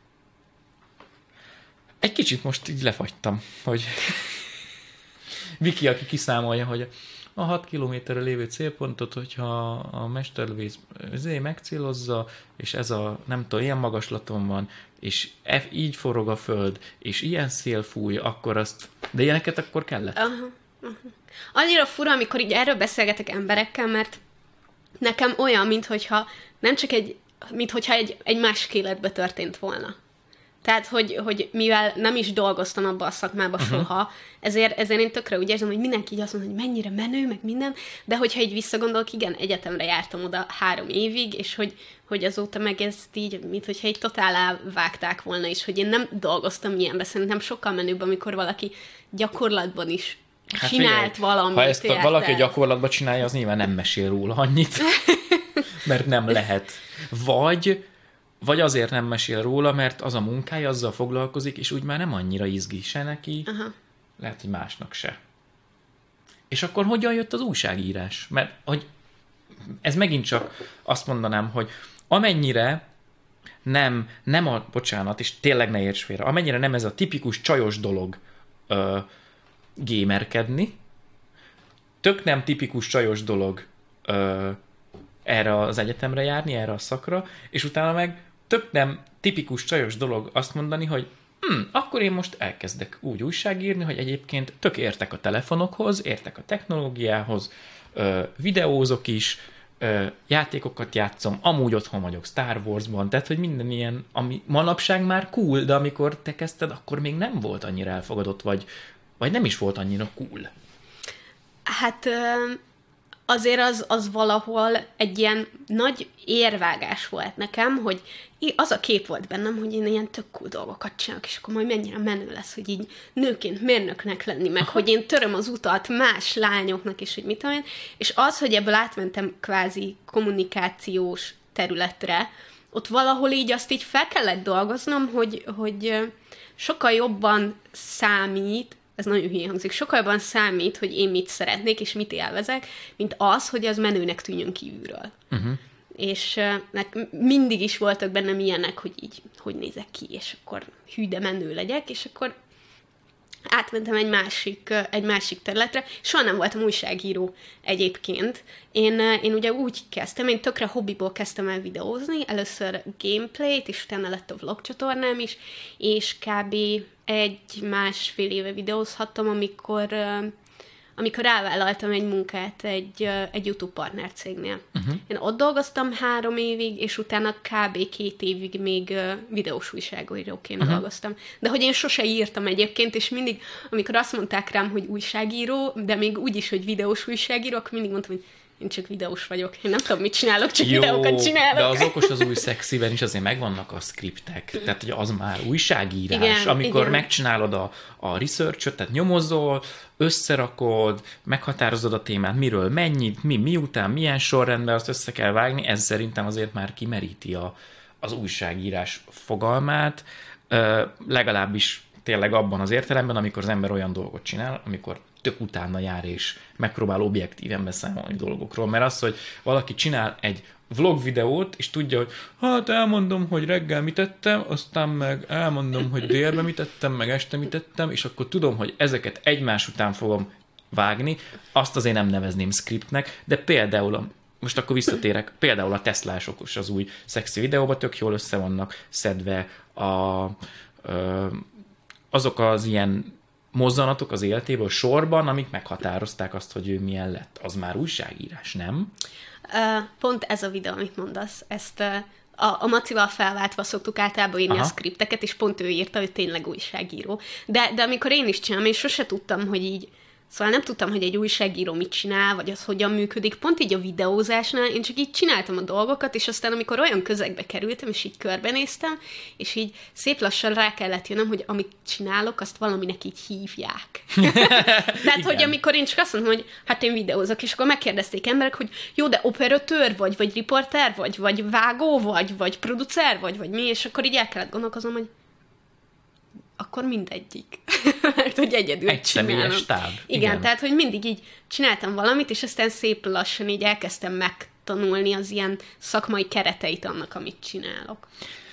Egy kicsit most így lefagytam, hogy Viki, aki kiszámolja, hogy a hat kilométerre lévő célpontot, hogyha a mesterlövész megcélozza, és ez a, nem tudom, ilyen magaslaton van, és F, így forog a föld, és ilyen szél fúj, akkor azt... De ilyeneket akkor kellett? Aha. Uh-huh. Annyira fura, amikor így erről beszélgetek emberekkel, mert nekem olyan, minthogyha nem csak egy, minthogyha egy, egy másik életbe történt volna. Tehát, hogy, hogy mivel nem is dolgoztam abban a szakmában uh-huh. soha, ezért, ezért én tökre úgy érzem, hogy mindenki így azt mondja, hogy mennyire menő, meg minden, de hogyha így visszagondolok, igen, egyetemre jártam oda három évig, és hogy, hogy azóta meg ezt így, mint hogyha így totál elvágták volna, és hogy én nem dolgoztam ilyenbe, szerintem sokkal menőbb, amikor valaki gyakorlatban is hát csinált figyelj, valamit. Ha ezt a, valaki a gyakorlatban csinálja, az nyilván nem mesél róla annyit, mert nem lehet. Vagy Vagy azért nem mesél róla, mert az a munkája, azzal foglalkozik, és úgy már nem annyira izgi se neki, aha. lehet, hogy másnak se. És akkor hogyan jött az újságírás? Mert hogy ez megint csak azt mondanám, hogy amennyire nem, nem a, bocsánat, és tényleg ne érts félre, amennyire nem ez a tipikus csajos dolog ö, gémerkedni, tök nem tipikus csajos dolog ö, erre az egyetemre járni, erre a szakra, és utána meg tök nem tipikus csajos dolog azt mondani, hogy hm, akkor én most elkezdek úgy újságírni, hogy egyébként tök értek a telefonokhoz, értek a technológiához, ö, videózok is, ö, játékokat játszom, amúgy otthon vagyok Star Warsban, tehát, hogy minden ilyen, ami manapság már cool, de amikor te kezdted, akkor még nem volt annyira elfogadott, vagy, vagy nem is volt annyira cool. Hát... Ö... azért az, az valahol egy ilyen nagy érvágás volt nekem, hogy az a kép volt bennem, hogy én ilyen tök cool dolgokat csinálok, és akkor majd mennyire menő lesz, hogy így nőként mérnöknek lenni, meg hogy én töröm az utat más lányoknak, és hogy mit tudom én. És az, hogy ebből átmentem kvázi kommunikációs területre, ott valahol így azt így fel kellett dolgoznom, hogy, hogy sokkal jobban számít, ez nagyon hülye hangzik, sokkal jobban számít, hogy én mit szeretnék, és mit élvezek, mint az, hogy az menőnek tűnjön kívülről. Uh-huh. És uh, mindig is voltak bennem ilyenek, hogy így, hogy nézek ki, és akkor hű, de menő legyek, és akkor átmentem egy másik, egy másik területre. Soha nem voltam újságíró egyébként. Én, én ugye úgy kezdtem, én tökre hobbiból kezdtem el videózni, először gameplayt, és utána lett a vlog csatornám is, és kb. egy-másfél éve videózhattam, amikor, amikor rávállaltam egy munkát egy, egy YouTube partner cégnél. Uh-huh. Én ott dolgoztam három évig, és utána kb. két évig még videós újságíróként uh-huh. dolgoztam. De hogy én sose írtam egyébként, és mindig, amikor azt mondták rám, hogy újságíró, de még úgy is, hogy videós újságíró, akkor mindig mondtam, hogy én csak videós vagyok. Én nem tudom, mit csinálok, csak jó, videókat csinálok. De az okos az új szexiben is azért megvannak a skriptek. Tehát, hogy az már újságírás. Igen, amikor igen. megcsinálod a, a research-öt, tehát nyomozol, összerakod, meghatározod a témát, miről mennyit, mi, miután, milyen sorrendben, azt össze kell vágni. Ez szerintem azért már kimeríti a, az újságírás fogalmát. Ö, legalábbis tényleg abban az értelemben, amikor az ember olyan dolgot csinál, amikor tök utána jár, és megpróbál objektíven beszámolni dolgokról. Mert az, hogy valaki csinál egy vlog videót, és tudja, hogy hát elmondom, hogy reggel mit tettem, aztán meg elmondom, hogy délben mit tettem, meg este mit tettem, és akkor tudom, hogy ezeket egymás után fogom vágni, azt azért nem nevezném scriptnek, de például, most akkor visszatérek, például a Teslások az új szexi videóban tök jól össze vannak szedve a, ö, azok az ilyen mozzanatok az életéből sorban, amik meghatározták azt, hogy ő milyen lett. Az már újságírás, nem? Uh, pont ez a videó, amit mondasz. Ezt uh, a, a Macival felváltva szoktuk általában írni Aha. a skripteket, és pont ő írta, hogy tényleg újságíró. De, de amikor én is csinálom, én sose tudtam, hogy így Szóval nem tudtam, hogy egy újságíró mit csinál, vagy az hogyan működik. Pont így a videózásnál én csak így csináltam a dolgokat, és aztán amikor olyan közegbe kerültem, és így körbenéztem, és így szép lassan rá kellett jönnöm, hogy amit csinálok, azt valaminek így hívják. Tehát, hogy amikor én csak azt mondtam, hogy hát én videózok, és akkor megkérdezték emberek, hogy jó, de operatőr vagy, vagy riporter vagy, vagy vágó vagy, vagy producer vagy, vagy mi, és akkor így el kellett gondolkoznom, hogy akkor mindegyik. Mert hogy egyedül Egy csinálom. személyes stáb. Igen, Igen, tehát, hogy mindig így csináltam valamit, és aztán szép lassan így elkezdtem megtanulni az ilyen szakmai kereteit annak, amit csinálok.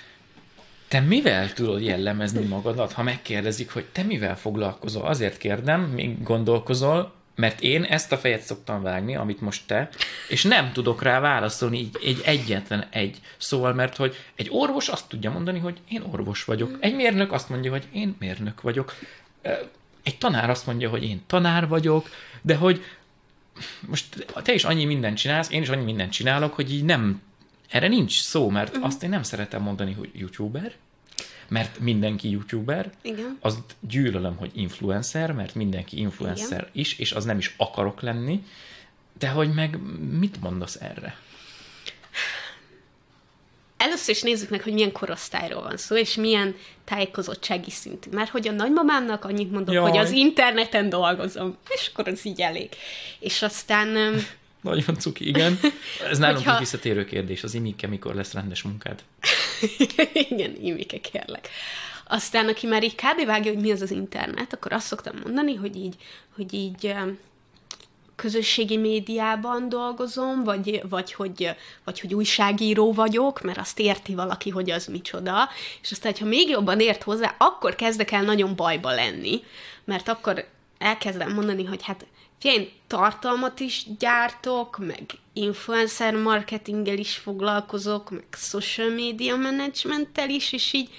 Te mivel tudod jellemezni magadat, ha megkérdezik, hogy te mivel foglalkozol? Azért kérdem, még gondolkozol, mert én ezt a fejet szoktam vágni, amit most te, és nem tudok rá válaszolni így egy egyetlen egy szóval, mert hogy egy orvos azt tudja mondani, hogy én orvos vagyok. Egy mérnök azt mondja, hogy én mérnök vagyok. egy tanár azt mondja, hogy én tanár vagyok, de hogy most te is annyi mindent csinálsz, én is annyi mindent csinálok, hogy így nem, erre nincs szó, mert uh-huh. azt én nem szeretem mondani, hogy youtuber, mert mindenki youtuber, igen. azt gyűlölöm, hogy influencer, mert mindenki influencer igen. is, és az nem is akarok lenni, de hogy meg mit mondasz erre? Először is nézzük meg, hogy milyen korosztályról van szó, és milyen tájékozottsági szintű. Mert hogy a nagymamámnak annyit mondok, Jaj. hogy az interneten dolgozom, és akkor az így elég. És aztán... Nagyon cuki, igen. Ez nálunk hogyha... egy visszatérő kérdés, az Imike mikor lesz rendes munkád? Igen, Imike, kérlek. Aztán, aki már így kb. Vágja, hogy mi az az internet, akkor azt szoktam mondani, hogy így, hogy így közösségi médiában dolgozom, vagy, vagy, hogy, vagy hogy újságíró vagyok, mert azt érti valaki, hogy az micsoda, és aztán, ha még jobban ért hozzá, akkor kezdek el nagyon bajba lenni, mert akkor elkezdem mondani, hogy hát figyelj, én tartalmat is gyártok, meg influencer marketinggel is foglalkozok, meg social media managementtel is, és így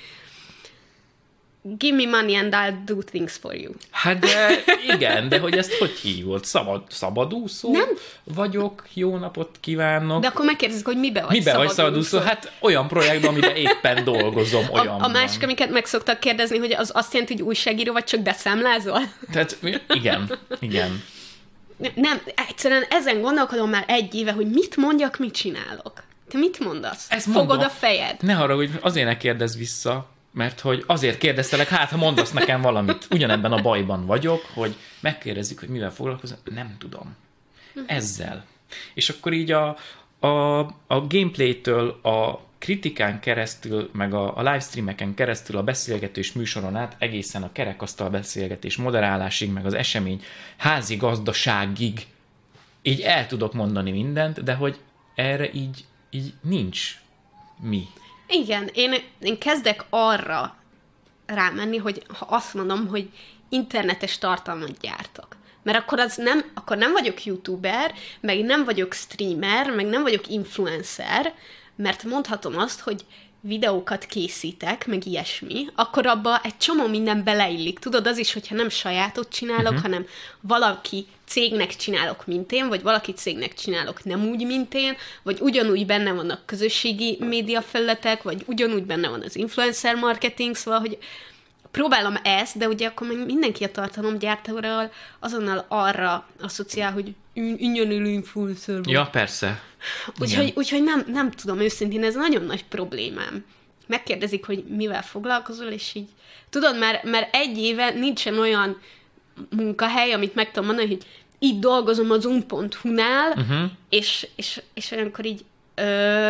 give me money and I'll do things for you. Hát de igen, de hogy ezt hogy hívod? Szabad, szabadúszó nem. vagyok, jó napot kívánok. De akkor megkérdezik, hogy mibe vagy mibe szabadúszó? Mibe vagy szabadúszó? Hát olyan projektben, amiben éppen dolgozom, olyan. A, a másik, amiket meg szoktak kérdezni, hogy az azt jelenti, hogy újságíró vagy, csak beszámlázol? Tehát igen, igen. Nem, egyszerűen ezen gondolkodom már egy éve, hogy mit mondjak, mit csinálok. Te mit mondasz? Ezt Fogod mondom, a fejed? Ne haragudj, azért ne kérdezz vissza, mert hogy azért kérdeztelek, hát ha mondasz nekem valamit, ugyanebben a bajban vagyok, hogy megkérdezzük, hogy mivel foglalkozom, nem tudom. Ezzel. És akkor így a, a, a gameplaytől, a kritikán keresztül, meg a, a livestreameken keresztül, a beszélgetés műsoron át, egészen a kerekasztal beszélgetés moderálásig, meg az esemény házi gazdaságig így el tudok mondani mindent, de hogy erre így, így nincs mi. Igen, én, én kezdek arra rámenni, hogy ha azt mondom, hogy internetes tartalmat gyártok. Mert akkor az nem, akkor nem vagyok youtuber, meg nem vagyok streamer, meg nem vagyok influencer, mert mondhatom azt, hogy videókat készítek, meg ilyesmi, akkor abba egy csomó minden beleillik. Tudod, az is, hogyha nem sajátot csinálok, uh-huh. hanem valaki cégnek csinálok, mint én, vagy valaki cégnek csinálok nem úgy, mint én, vagy ugyanúgy benne vannak közösségi média felületek, vagy ugyanúgy benne van az influencer marketing, szóval, hogy próbálom ezt, de ugye akkor meg mindenki a tartalomgyártóról azonnal arra asszociál, hogy ingyenülő influencer. Ja, persze. Úgyhogy, úgyhogy nem, nem tudom, őszintén, ez nagyon nagy problémám. Megkérdezik, hogy mivel foglalkozol, és így tudod, mert, mert egy éve nincsen olyan munkahely, amit meg tudom mondani, hogy itt dolgozom az zoom pont hu-nál, uh-huh. és, és, és olyankor így ö,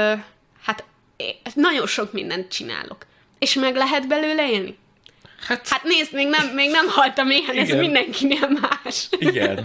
hát nagyon sok mindent csinálok. És meg lehet belőle élni? Hát, hát nézd, még nem, még nem haltam éhen, ez mindenkinél más. Igen.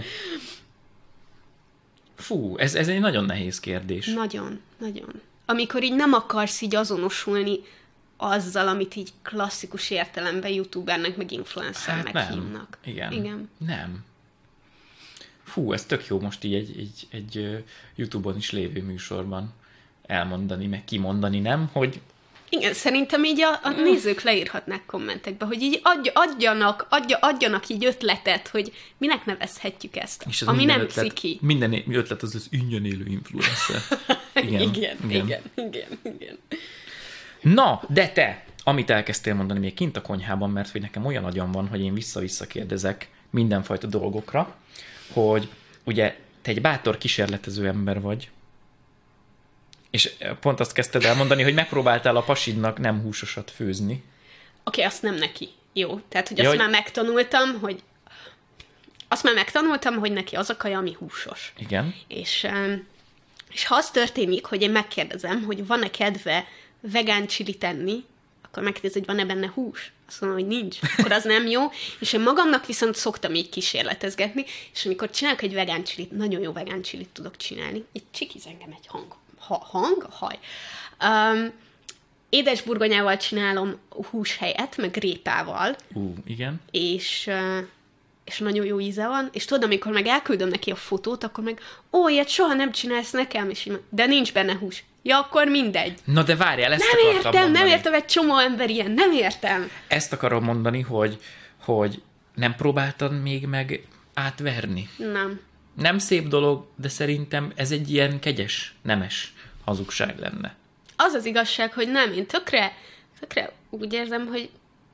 Fú, ez, ez egy nagyon nehéz kérdés. Nagyon, nagyon. Amikor így nem akarsz így azonosulni azzal, amit így klasszikus értelemben youtubernek, meg influencernek hát hívnak. Igen. Igen. Nem. Fú, ez tök jó most így egy, egy, egy YouTube-on is lévő műsorban elmondani, meg kimondani, nem? Hogy igen, szerintem így a, a nézők leírhatnák kommentekbe, hogy így adj, adjanak, adja, adjanak így ötletet, hogy minek nevezhetjük ezt, és ami nem ötlet, ciki. Minden ötlet az az ingyen élő influencer. Igen, igen, igen, igen, igen, igen. Na, de te, amit elkezdtél mondani még kint a konyhában, mert hogy nekem olyan agyam van, hogy én vissza-vissza kérdezek mindenfajta dolgokra, hogy ugye te egy bátor kísérletező ember vagy, és pont azt kezdted elmondani, hogy megpróbáltál a pasidnak nem húsosat főzni. Oké, okay, azt nem neki. Jó, tehát, hogy azt ja, már megtanultam, hogy azt már megtanultam, hogy neki az a kaja, ami húsos. Igen. És, és ha az történik, hogy én megkérdezem, hogy van-e kedve vegán csilit enni, akkor megkérdezi, hogy van-e benne hús? Azt mondom, hogy nincs. Akkor az nem jó. És én magamnak viszont szoktam így kísérletezgetni, és amikor csinálok egy vegán csilit, nagyon jó vegán csilit tudok csinálni. Itt csikiz engem egy hang. Ha, hang? Haj. Um, édesburgonyával csinálom hús helyett, meg répával. Ú, uh, igen. És, uh, és nagyon jó íze van. És tudod, amikor meg elküldöm neki a fotót, akkor meg, ó, ilyet soha nem csinálsz nekem, és így, de nincs benne hús. Ja, akkor mindegy. Na de várjál, ezt nem akartam értem, mondani. Nem értem, egy csomó ember ilyen, nem értem. Ezt akarom mondani, hogy, hogy nem próbáltad még meg átverni? Nem. Nem szép dolog, de szerintem ez egy ilyen kegyes, nemes hazugság lenne. Az az igazság, hogy nem, én tökre, tökre úgy érzem, hogy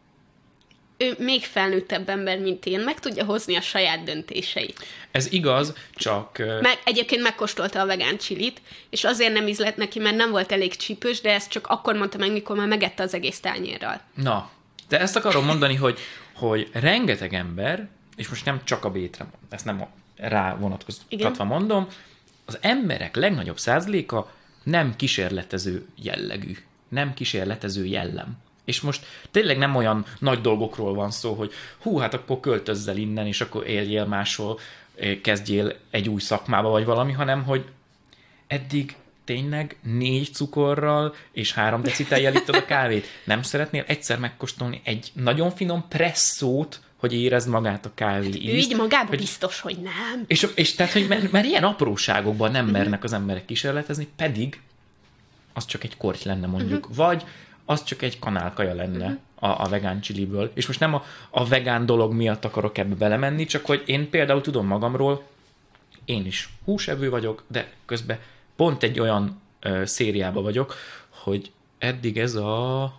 ő még felnőttebb ember, mint én, meg tudja hozni a saját döntéseit. Ez igaz, csak... Meg, egyébként megkóstolta a vegán csilit, és azért nem ízlett neki, mert nem volt elég csípős, de ezt csak akkor mondta meg, mikor már megette az egész tányérral. Na, de ezt akarom mondani, hogy, hogy rengeteg ember, és most nem csak a bétre, ezt nem rá vonatkoztatva mondom, az emberek legnagyobb százaléka nem kísérletező jellegű, nem kísérletező jellem. És most tényleg nem olyan nagy dolgokról van szó, hogy hú, hát akkor költözzel innen, és akkor éljél máshol, kezdjél egy új szakmába, vagy valami, hanem hogy eddig tényleg négy cukorral és három deciteljel ittad a kávét. Nem szeretnél egyszer megkóstolni egy nagyon finom presszót, hogy érezd magát a kávé ízt? Ő így magában hogy... biztos, hogy nem. És, és tehát, hogy mert, mert ilyen apróságokban nem mernek az emberek kísérletezni, pedig az csak egy korty lenne mondjuk, uh-huh. vagy az csak egy kanálkaja lenne uh-huh. a, a vegán csiliből. És most nem a, a vegán dolog miatt akarok ebbe belemenni, csak hogy én például tudom magamról, én is húsevő vagyok, de közben pont egy olyan ö, szériába vagyok, hogy eddig ez a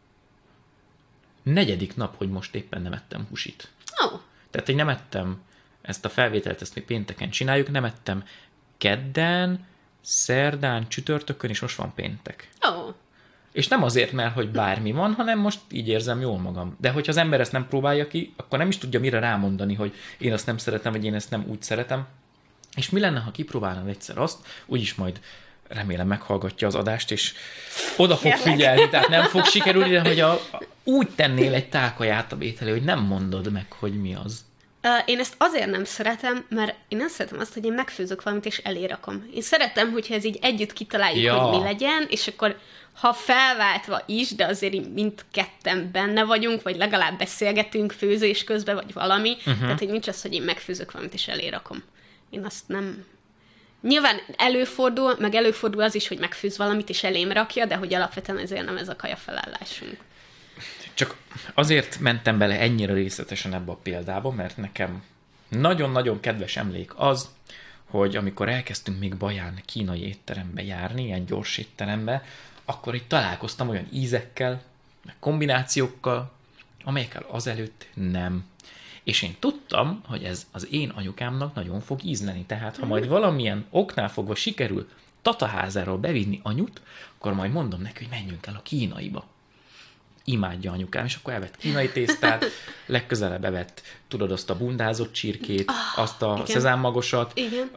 negyedik nap, hogy most éppen nem ettem húsit. Oh. Tehát, hogy nem ettem ezt a felvételt, ezt mi pénteken csináljuk, nem ettem kedden, szerdán, csütörtökön, és most van péntek. Oh. És nem azért, mert hogy bármi van, hanem most így érzem jól magam. De hogyha az ember ezt nem próbálja ki, akkor nem is tudja mire rámondani, hogy én azt nem szeretem, vagy én ezt nem úgy szeretem. És mi lenne, ha kipróbálnám egyszer azt, úgyis majd remélem meghallgatja az adást, és oda fog figyelni, tehát nem fog sikerülni, de hogy a, a, úgy tennél egy tálkaját a bételé, hogy nem mondod meg, hogy mi az. Én ezt azért nem szeretem, mert én nem szeretem azt, hogy én megfőzök valamit, és elérakom. Én szeretem, hogyha ez így együtt kitaláljuk, ja. hogy mi legyen, és akkor ha felváltva is, de azért mindketten benne vagyunk, vagy legalább beszélgetünk főzés közben, vagy valami, uh-huh. tehát hogy nincs az, hogy én megfőzök valamit, és elérakom. Én azt nem... Nyilván előfordul, meg előfordul az is, hogy megfőz valamit, és elém rakja, de hogy alapvetően ezért nem ez a kaja felállásunk. Csak azért mentem bele ennyire részletesen ebbe a példába, mert nekem nagyon-nagyon kedves emlék az, hogy amikor elkezdtünk még Baján kínai étterembe járni, ilyen gyors étterembe, akkor itt találkoztam olyan ízekkel, kombinációkkal, amelyekkel azelőtt nem. És én tudtam, hogy ez az én anyukámnak nagyon fog ízleni. Tehát, ha majd valamilyen oknál fogva sikerül Tataházáról bevinni anyut, akkor majd mondom neki, hogy menjünk el a kínaiba. Imádja anyukám, és akkor evett kínai tésztát, legközelebb evett, tudod, azt a bundázott csirkét, oh, azt a szezámmagosat, igen.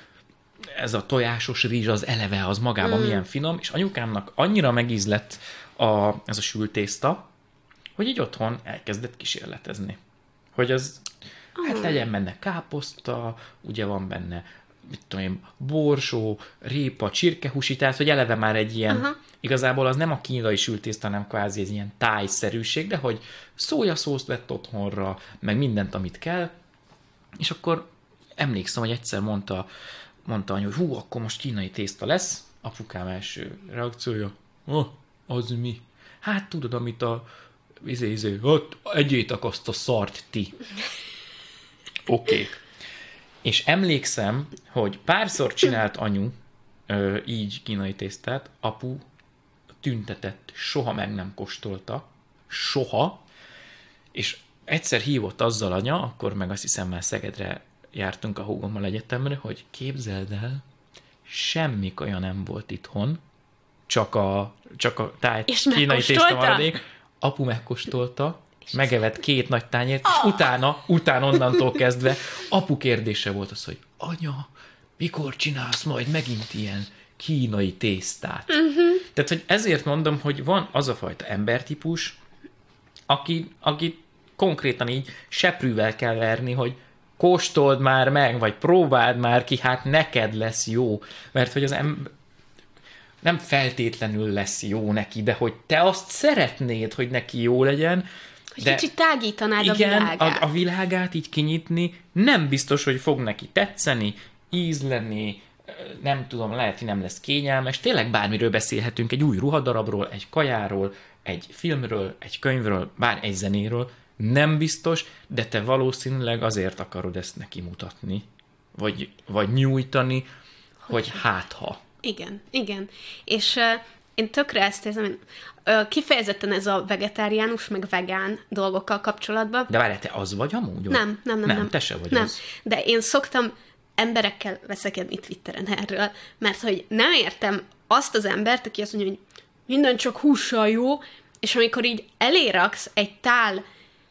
Ez a tojásos rizs, az eleve, az magában mm. milyen finom, és anyukámnak annyira megízlett a, ez a sült tészta, hogy így otthon elkezdett kísérletezni. Hogy az, oh. hát legyen benne káposzta, ugye van benne, mit tudom én, borsó, répa, csirkehúsi, tehát, hogy eleve már egy ilyen, uh-huh. igazából az nem a kínai sült tészta, hanem kvázi ez ilyen tájszerűség, de hogy szójaszószt vett otthonra, meg mindent, amit kell, és akkor emlékszem, hogy egyszer mondta, mondta anyu, hogy hú, akkor most kínai tészta lesz, apukám első reakciója, oh, az mi? Hát tudod, amit a izé, izé, ott egyétek azt a szart ti. Oké. Okay. És emlékszem, hogy párszor csinált anyu ö, így kínai tésztát, apu tüntetett, soha meg nem kóstolta, soha, és egyszer hívott azzal anya, akkor meg azt hiszem már Szegedre jártunk a húgommal egyetemre, hogy képzeld el, semmi olyan nem volt itthon, csak a, csak a táj, kínai tészta maradék. Apu megkóstolta, megevett két nagy tányért, és oh. utána, utána onnantól kezdve apu kérdése volt az, hogy anya, mikor csinálsz majd megint ilyen kínai tésztát? Uh-huh. Tehát, hogy ezért mondom, hogy van az a fajta embertípus, aki, aki konkrétan így seprűvel kell verni, hogy kóstold már meg, vagy próbáld már ki, hát neked lesz jó. Mert hogy az ember nem feltétlenül lesz jó neki, de hogy te azt szeretnéd, hogy neki jó legyen. Hogy de kicsit tágítanád igen, a világát. A, a világát így kinyitni, nem biztos, hogy fog neki tetszeni, ízleni, nem tudom, lehet, hogy nem lesz kényelmes. Tényleg bármiről beszélhetünk, egy új ruhadarabról, egy kajáról, egy filmről, egy könyvről, bár egy zenéről, Nem biztos, de te valószínűleg azért akarod ezt neki mutatni, vagy, vagy nyújtani, hogy, hogy hát ha. Igen, igen. És uh, én tökre ezt érzem, uh, kifejezetten ez a vegetáriánus, meg vegán dolgokkal kapcsolatban. De várjál, te az vagy amúgy? Nem, nem, nem. Nem, nem. te se vagy nem. az. De én szoktam emberekkel veszekedni Twitteren erről, mert hogy nem értem azt az embert, aki azt mondja, hogy minden csak hússal jó, és amikor így eléraksz egy tál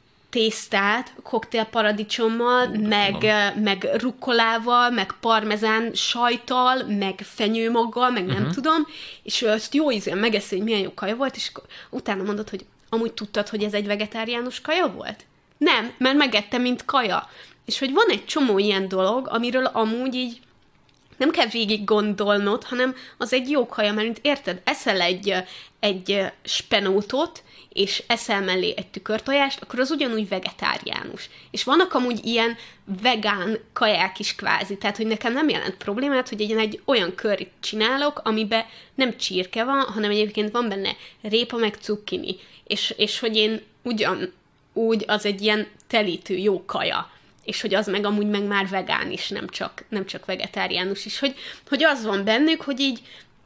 tésztát, koktélparadicsommal, meg, meg rukkolával, meg parmezán sajttal, meg fenyőmaggal, meg nem uh-huh. tudom, és azt jó ízűen megeszi, hogy milyen jó kaja volt, és utána mondod, hogy amúgy tudtad, hogy ez egy vegetáriánus kaja volt? Nem, mert megettem, mint kaja. És hogy van egy csomó ilyen dolog, amiről amúgy így nem kell végig gondolnod, hanem az egy jó kaja, mert érted, eszel egy, egy spenótot, és eszel mellé egy tükörtojást, akkor az ugyanúgy vegetáriánus. És vannak amúgy ilyen vegán kaják is kvázi, tehát hogy nekem nem jelent problémát, hogy egy, egy olyan curryt csinálok, amiben nem csirke van, hanem egyébként van benne répa meg cukkini, és, és hogy én ugyan úgy az egy ilyen telítő jó kaja, és hogy az meg amúgy meg már vegán is, nem csak, nem csak vegetáriánus is, hogy, hogy az van bennük, hogy így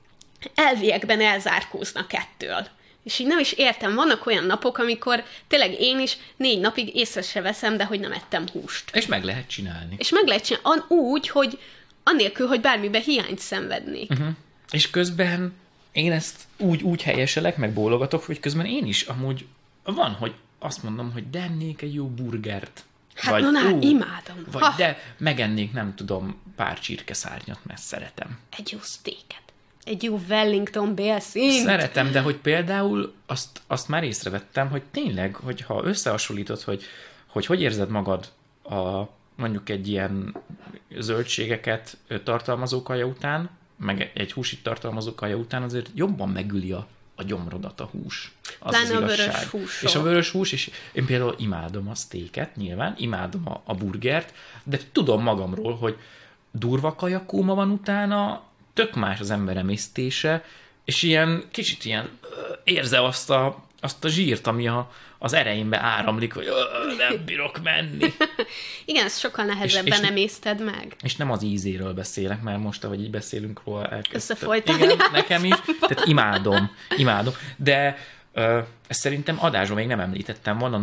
elviekben elzárkóznak ettől. És így nem is értem, vannak olyan napok, amikor tényleg én is négy napig észre se veszem, de hogy nem ettem húst. És meg lehet csinálni. És meg lehet csinálni úgy, hogy anélkül, hogy bármiben hiányt szenvednék. Uh-huh. És közben én ezt úgy, úgy helyeselek, meg bólogatok, hogy közben én is amúgy van, hogy azt mondom, de ennék egy jó burgert. Hát vagy, na, ú, imádom. Vagy ha. De megennék, nem tudom, pár csirkeszárnyat, mert szeretem. Egy jó steaket. Egy jó Wellington bélszínt. Szeretem, de hogy például azt, azt már észrevettem, hogy tényleg, hogyha összehasonlítod, hogy hogy, hogy érzed magad a mondjuk egy ilyen zöldségeket tartalmazó kaja után, meg egy húsit tartalmazó kaja után, azért jobban megüli a, a gyomrodat a hús. Az Pláne a vörös hús. És a vörös hús, és én például imádom a steaket, nyilván, imádom a, a burgert, de tudom magamról, hogy durva kajakóma van utána, tök más az ember emésztése, és ilyen kicsit ilyen érze azt a, azt a zsírt, ami a, az ereimbe áramlik, hogy nem bírok menni. Igen, ezt sokkal nehezebben és, és, emészted meg. És nem az ízéről beszélek, mert most, ahogy így beszélünk róla, elkezdtem. Összefolytani. Igen, nekem is, tehát imádom, imádom. De ö, ezt szerintem adásban még nem említettem, van a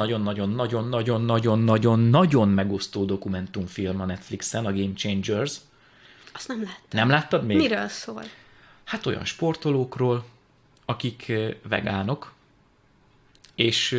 nagyon-nagyon-nagyon-nagyon-nagyon-nagyon-nagyon megosztó dokumentumfilm a Netflixen, a Game Changers. Azt nem láttam. Nem láttad még? Miről szól? Hát olyan sportolókról, akik vegánok, és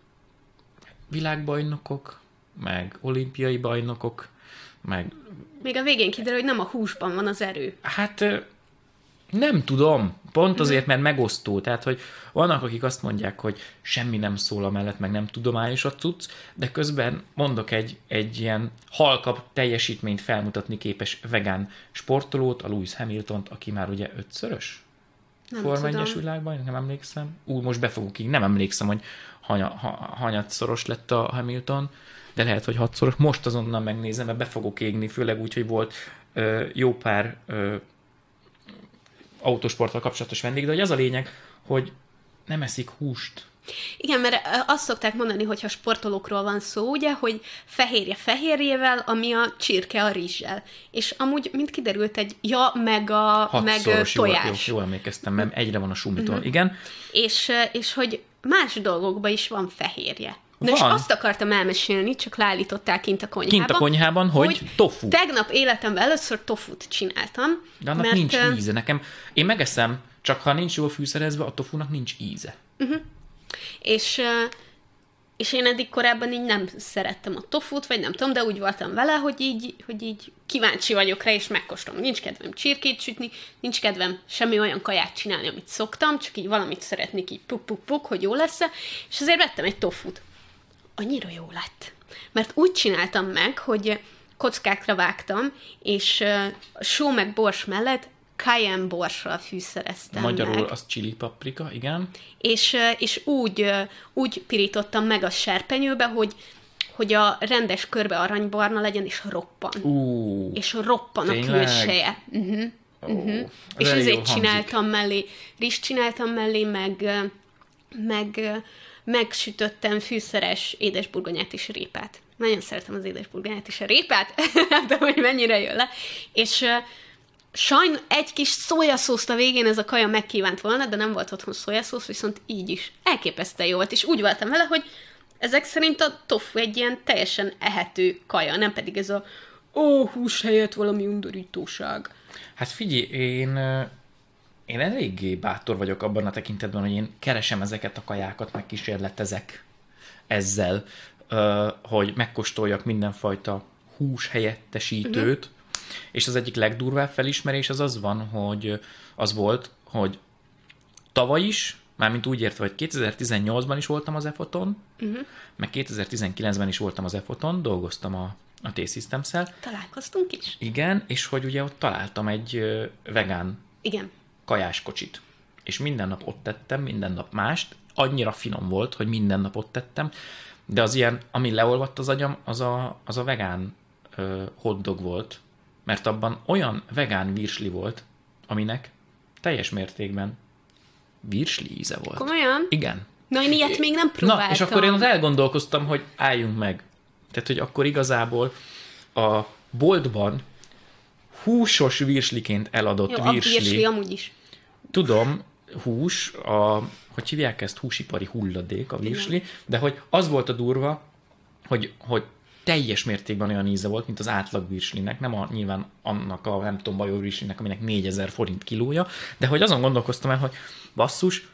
világbajnokok, meg olimpiai bajnokok, meg... Még a végén kiderül, hogy nem a húsban van az erő. Hát nem tudom, pont azért, mert megosztó. Tehát, hogy vannak, akik azt mondják, hogy semmi nem szól amellett, meg nem tudományos a cucc, de közben mondok egy, egy ilyen halkabb teljesítményt felmutatni képes vegán sportolót, a Lewis Hamiltont, aki már ugye ötszörös Forma egyes világbajnok, nem emlékszem. Ú, most be fogok így, nem emlékszem, hogy hanya, ha, hanyatszoros lett a Hamilton, de lehet, hogy hatszoros. Most azonnal megnézem, mert be fogok égni, főleg úgy, hogy volt ö, jó pár ö, autósporttal kapcsolatos vendég, de hogy az a lényeg, hogy nem eszik húst. Igen, mert azt szokták mondani, hogyha sportolókról van szó, ugye, hogy fehérje fehérjével, ami a csirke a rizssel. És amúgy, mint kiderült, egy ja, meg a meg tojás. Jól, jól, jól emlékeztem, mert egyre van a sumitól, uh-huh. igen. És, és hogy más dolgokban is van fehérje. Na és azt akartam elmesélni, csak leállították kint a konyhában. Kint a konyhában, hogy, hogy tofu. Tegnap életemben először tofut csináltam. De annak mert... nincs íze. Nekem, én megeszem, csak ha nincs jól fűszerezve, a tofunak nincs íze. Uh-huh. És, és én eddig korábban így nem szerettem a tofut, vagy nem tudom, de úgy voltam vele, hogy így, hogy így kíváncsi vagyok rá, és megkóstolom. Nincs kedvem csirkét sütni, nincs kedvem semmi olyan kaját csinálni, amit szoktam, csak így valamit szeretnék így puk-puk-puk, hogy jó lesz-e, és azért vettem egy tofut. Annyira jó lett. Mert úgy csináltam meg, hogy kockákra vágtam, és só meg bors mellett cayenne borssal fűszereztem Magyarul meg. az chili paprika, igen. És, és úgy, úgy pirítottam meg a serpenyőbe, hogy, hogy a rendes körbe aranybarna legyen, és roppan. Uh, és roppan tényleg? a külseje. Uh-huh. Uh-huh. És ezért csináltam mellé, rizs csináltam mellé, meg, meg megsütöttem fűszeres édesburgonyát és répát. Nagyon szeretem az édesburgonyát és a répát, nem tudom, hogy mennyire jön le. És uh, sajn egy kis szójaszószt a végén ez a kaja megkívánt volna, de nem volt otthon szójaszósz, viszont így is elképesztően jó volt. És úgy voltam vele, hogy ezek szerint a tofu egy ilyen teljesen ehető kaja, nem pedig ez a ó, hús helyett valami undorítóság. Hát figyelj, én, én eléggé bátor vagyok abban a tekintetben, hogy én keresem ezeket a kajákat, meg kísérletezek ezzel, hogy megkóstoljak mindenfajta hús helyettesítőt, uh-huh. és az egyik legdurvább felismerés az az van, hogy az volt, hogy tavaly is, mármint úgy értve, hogy kétezer-tizennyolcban is voltam az EFOT-on, uh-huh. meg kétezer-tizenkilencben is voltam az EFOT-on, dolgoztam a, a T-Systems-szel. Találkoztunk is. Igen, és hogy ugye ott találtam egy uh, vegán Igen. kajás kocsit. És minden nap ott tettem, minden nap mást. Annyira finom volt, hogy minden nap ott tettem, de az ilyen, ami leolvadt az agyam, az a, az a vegán uh, hotdog volt, mert abban olyan vegán virsli volt, aminek teljes mértékben virsli íze volt. Komolyan? Igen. Na, én ilyet még nem próbáltam. Na, és akkor én elgondolkoztam, hogy álljunk meg. Tehát, hogy akkor igazából a boltban húsos virsliként eladott Jó, virsli. a virsli amúgy is. Tudom, hús, a, hogy hívják ezt, húsipari hulladék a virsli, igen. De hogy az volt a durva, hogy, hogy teljes mértékben olyan íze volt, mint az átlag virslinek, nem a, nyilván annak a, nem tudom, bajor virslinek, aminek négyezer forint kilója, de hogy azon gondolkoztam el, hogy basszus,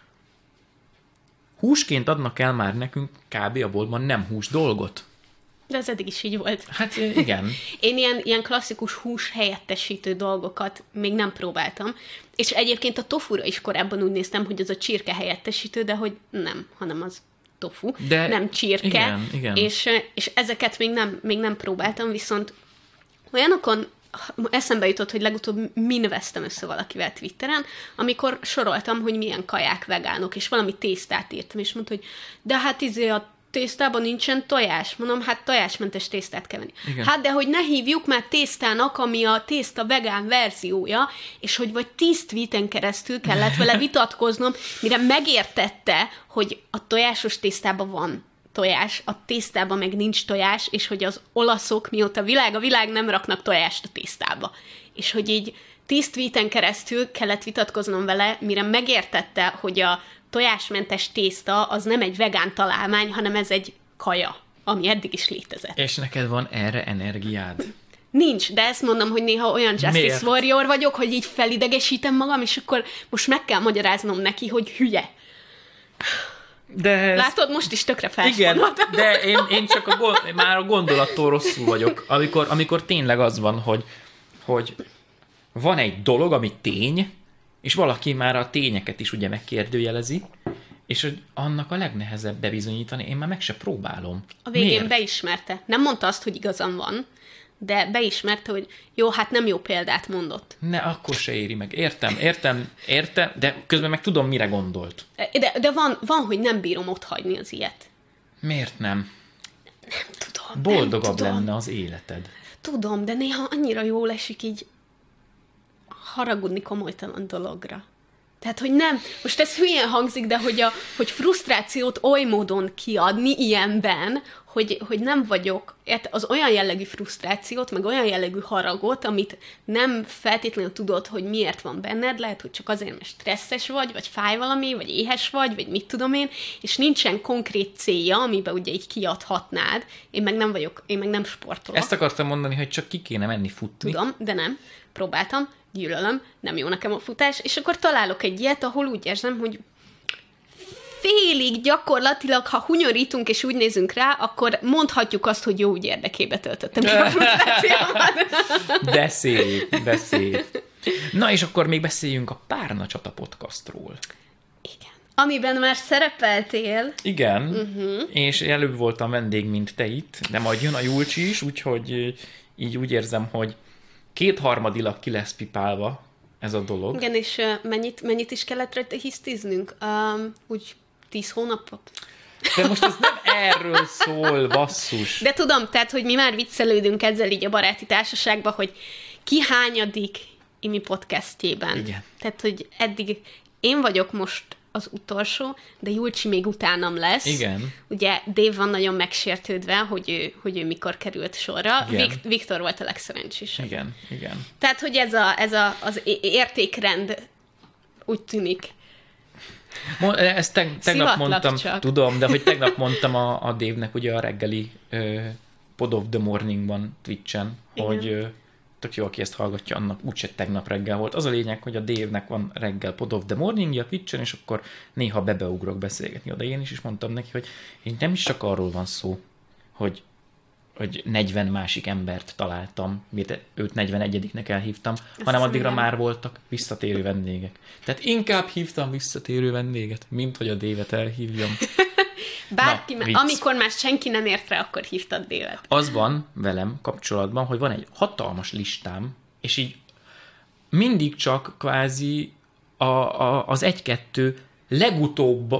húsként adnak el már nekünk kb. A boltban nem hús dolgot. De ez eddig is így volt. Hát igen. Én ilyen, ilyen klasszikus hús helyettesítő dolgokat még nem próbáltam. És egyébként a tofura is korábban úgy néztem, hogy az a csirke helyettesítő, de hogy nem, hanem az tofu, de nem csirke. Igen, igen. És, és ezeket még nem, még nem próbáltam, viszont olyanokon eszembe jutott, hogy legutóbb min vesztem össze valakivel Twitteren, amikor soroltam, hogy milyen kaják vegánok, és valami tésztát írtam, és mondta, hogy de hát izé a tésztában nincsen tojás. Mondom, hát tojásmentes tésztát kell venni. Igen. Hát de hogy ne hívjuk már tésztának, ami a tészta vegán verziója, és hogy vagy tíz tweeten keresztül kellett vele vitatkoznom, mire megértette, hogy a tojásos tésztában van tojás, a tésztában meg nincs tojás, és hogy az olaszok, mióta világ a világ, nem raknak tojást a tésztába. És hogy így tíz tweeten keresztül kellett vitatkoznom vele, mire megértette, hogy a tojásmentes tészta az nem egy vegán találmány, hanem ez egy kaja, ami eddig is létezett. És neked van erre energiád? Nincs, de ezt mondom, hogy néha olyan Justice Miért? Warrior vagyok, hogy így felidegesítem magam, és akkor most meg kell magyaráznom neki, hogy hülye. De ez... Látod, most is tökre Igen, felsponod. de én, én csak a gond, már a gondolattól rosszul vagyok, amikor, amikor tényleg az van, hogy, hogy van egy dolog, ami tény, és valaki már a tényeket is ugye megkérdőjelezi, és hogy annak a legnehezebb bebizonyítani, én már meg se próbálom. A végén Miért? beismerte. Nem mondta azt, hogy igazam van, de beismerte, hogy jó, hát nem jó példát mondott. Ne, akkor se éri meg. Értem, értem, értem, de közben meg tudom, mire gondolt. De, de van, van, hogy nem bírom otthagyni az ilyet. Miért nem? Nem tudom. Boldogabb nem tudom. lenne az életed. Tudom, de néha annyira jól esik így haragudni komolytalan dologra. Tehát, hogy nem, most ez hülyén hangzik, de hogy, a, hogy frusztrációt oly módon kiadni ilyenben, hogy, hogy nem vagyok, az olyan jellegű frusztrációt, meg olyan jellegű haragot, amit nem feltétlenül tudod, hogy miért van benned, lehet, hogy csak azért, mert stresszes vagy, vagy fáj valami, vagy éhes vagy, vagy mit tudom én, és nincsen konkrét célja, amiben ugye így kiadhatnád, én meg nem vagyok, én meg nem sportolok. Ezt akartam mondani, hogy csak ki kéne menni futni. Tudom, de nem. Próbáltam, gyűlölöm, nem jó nekem a futás, és akkor találok egy ilyet, ahol úgy érzem, hogy félig gyakorlatilag, ha hunyorítunk és úgy nézünk rá, akkor mondhatjuk azt, hogy jó úgy érdekébe töltöttem ki a frusztrációmat. De szép, de szép. Na és akkor még beszéljünk a Párna Csata podcastról. Igen. Amiben már szerepeltél. Igen, uh-huh. És előbb voltam vendég, mint te itt, de majd jön a Julcsi is, úgyhogy így úgy érzem, hogy kétharmadilag ki lesz pipálva ez a dolog. Igen, és uh, mennyit, mennyit is kellett rajta hisztiznünk? Um, úgy tíz hónapot? De most ez nem erről szól, basszus. De tudom, tehát, hogy mi már viccelődünk ezzel így a baráti társaságban, hogy ki hányadik Imi podcastjében. Igen. Tehát, hogy eddig én vagyok most az utolsó, de Julcsi még utánam lesz. Igen. Ugye Dave van nagyon megsértődve, hogy ő, hogy ő mikor került sorra. Vik- Viktor volt a legszerencsésebb. Igen, igen. Tehát, hogy ez, a, ez a, az értékrend úgy tűnik. Ezt teg- tegnap mondtam, csak. tudom, de hogy tegnap mondtam a, a Dave-nek ugye a reggeli uh, Pod of the Morningban Twitch-en, igen. hogy uh, tök jó, aki ezt hallgatja, annak úgyse tegnap reggel volt. Az a lényeg, hogy a Dave-nek van reggel Pod of the Morning-ja Twitch-en, és akkor néha bebeugrok beszélgetni oda én is, és mondtam neki, hogy én nem is csak arról van szó, hogy hogy negyven másik embert találtam, miért őt negyvenegyediknek elhívtam, ezt hanem addigra igen. már voltak visszatérő vendégek. Tehát inkább hívtam visszatérő vendéget, mint hogy a Dévet elhívjam. Bárki, Na, amikor már senki nem ért rá, akkor hívtad Dévet. Az van velem kapcsolatban, hogy van egy hatalmas listám, és így mindig csak kvázi a, a, az egy-kettő legutóbb,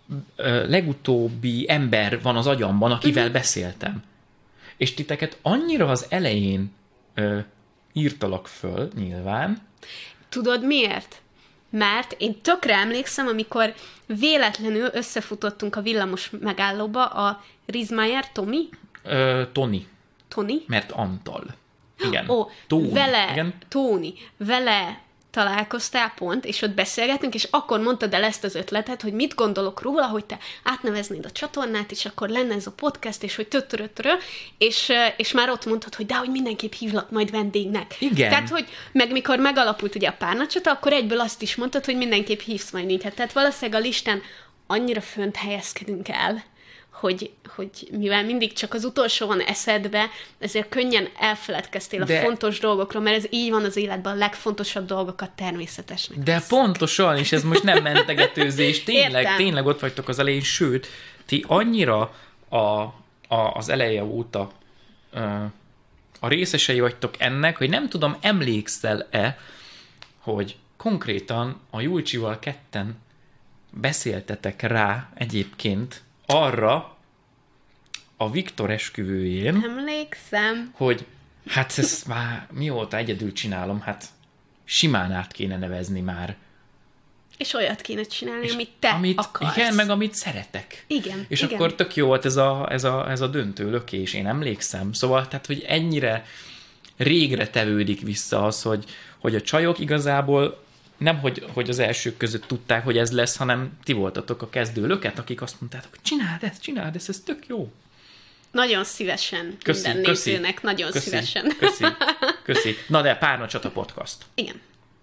legutóbbi ember van az agyamban, akivel uh-huh. beszéltem. És titeket annyira az elején ö, írtalak föl, nyilván. Tudod miért? Mert én tökre emlékszem, amikor véletlenül összefutottunk a villamos megállóba a Rizmayer Tomi? Ö, Toni. Toni? Mert Antal. Igen. Ó, Tóni. vele, Igen. Tóni, vele találkoztál pont, és ott beszélgettünk, és akkor mondtad el ezt az ötletet, hogy mit gondolok róla, hogy te átneveznéd a csatornát, és akkor lenne ez a podcast, és hogy töttöröttörö, és, és már ott mondtad, hogy de, hogy mindenképp hívlak majd vendégnek. Igen. Tehát, hogy meg mikor megalapult ugye a párnacsata, akkor egyből azt is mondtad, hogy mindenképp hívsz majd minket. Tehát valószínűleg a listán annyira fönt helyezkedünk el, hogy, hogy mivel mindig csak az utolsó van eszedbe, ezért könnyen elfeledkeztél de, a fontos dolgokról, mert ez így van az életben, a legfontosabb dolgokat természetesnek. De veszik. Pontosan, és ez most nem mentegetőzés, tényleg, Értem. tényleg ott vagytok az elején, sőt, ti annyira a, a, az eleje óta uh, a részesei vagytok ennek, hogy nem tudom, emlékszel-e, hogy konkrétan a Julcsival ketten beszéltetek rá egyébként arra a Viktor esküvőjén, emlékszem, hogy hát ezt már mióta egyedül csinálom, hát simán át kéne nevezni már. És olyat kéne csinálni, és amit te amit, akarsz. Igen, meg amit szeretek. Igen. És igen. akkor tök jó volt ez a, ez, a, ez a döntő lökés, én emlékszem. Szóval, tehát, hogy ennyire régre tevődik vissza az, hogy, hogy a csajok igazából nem, hogy, hogy az elsők között tudták, hogy ez lesz, hanem ti voltatok a kezdőlöket, akik azt mondtátok, hogy csináld ezt, csináld ezt, ez tök jó. Nagyon szívesen köszi, minden köszi, nézőnek, nagyon köszi, szívesen. Köszi, köszi. Na de Párnacsata podcast. Igen.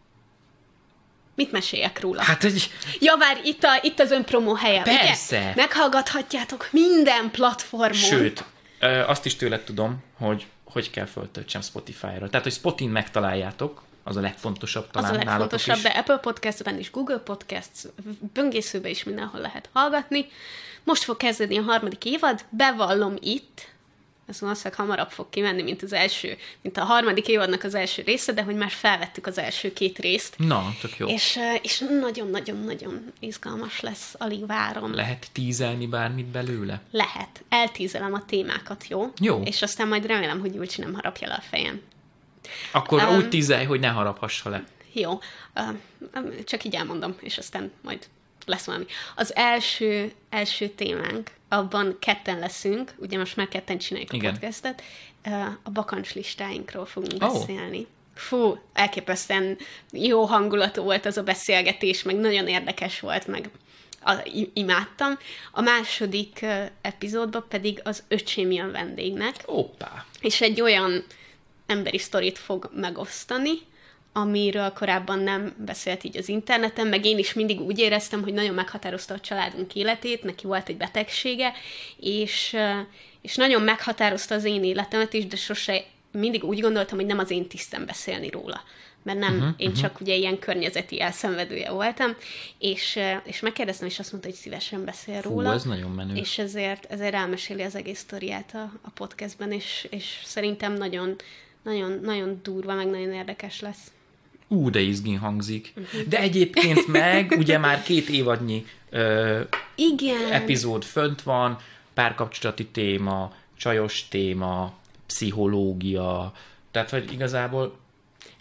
Mit meséljek róla? Hát egy... Ja, várj, itt, a, itt az önpromó helye, Persze. Ugye? Meghallgathatjátok minden platformon. Sőt, azt is tőled tudom, hogy hogy kell föltöltsem Spotify-ra. Tehát, hogy Spotin megtaláljátok, az a legfontosabb talán nálatok is. Az a legfontosabb, is. de Apple Podcastben is, Google Podcasts, böngészőben is mindenhol lehet hallgatni. Most fog kezdeni a harmadik évad, bevallom itt, ez valószínűleg hamarabb fog kimenni, mint az első, mint a harmadik évadnak az első része, de hogy már felvettük az első két részt. Na, tök jó. És, és nagyon-nagyon-nagyon izgalmas lesz, alig várom. Lehet tízelni bármit belőle? Lehet. Eltízelem a témákat, jó? Jó. És aztán majd remélem, hogy Julcsi nem harapja le a fejem. Akkor um, úgy tízelj, hogy ne haraphassa le. Jó. Uh, csak így elmondom, és aztán majd lesz valami. Az első, első témánk, abban ketten leszünk, ugye most már ketten csináljuk a Igen. podcastet, uh, a bakancs listáinkról fogunk oh. beszélni. Fú, elképesztően jó hangulatú volt az a beszélgetés, meg nagyon érdekes volt, meg a, imádtam. A második uh, epizódban pedig az öcsém jön vendégnek. Hoppá. És egy olyan emberi sztorit fog megosztani, amiről korábban nem beszélt így az interneten, meg én is mindig úgy éreztem, hogy nagyon meghatározta a családunk életét, neki volt egy betegsége, és, és nagyon meghatározta az én életemet is, de sose mindig úgy gondoltam, hogy nem az én tisztem beszélni róla. Mert nem, uh-huh, én uh-huh. csak ugye ilyen környezeti elszenvedője voltam, és, és megkérdeztem, és azt mondta, hogy szívesen beszél Fú, róla. ez nagyon menő. És ezért, ezért elmeséli az egész sztoriát a, a podcastben, és, és szerintem nagyon, nagyon, nagyon durva, meg nagyon érdekes lesz. Ú, de izgin hangzik. Uh-huh. De egyébként meg, ugye már két évadnyi ö, Igen. epizód fönt van, párkapcsolati téma, csajos téma, pszichológia, tehát, hogy igazából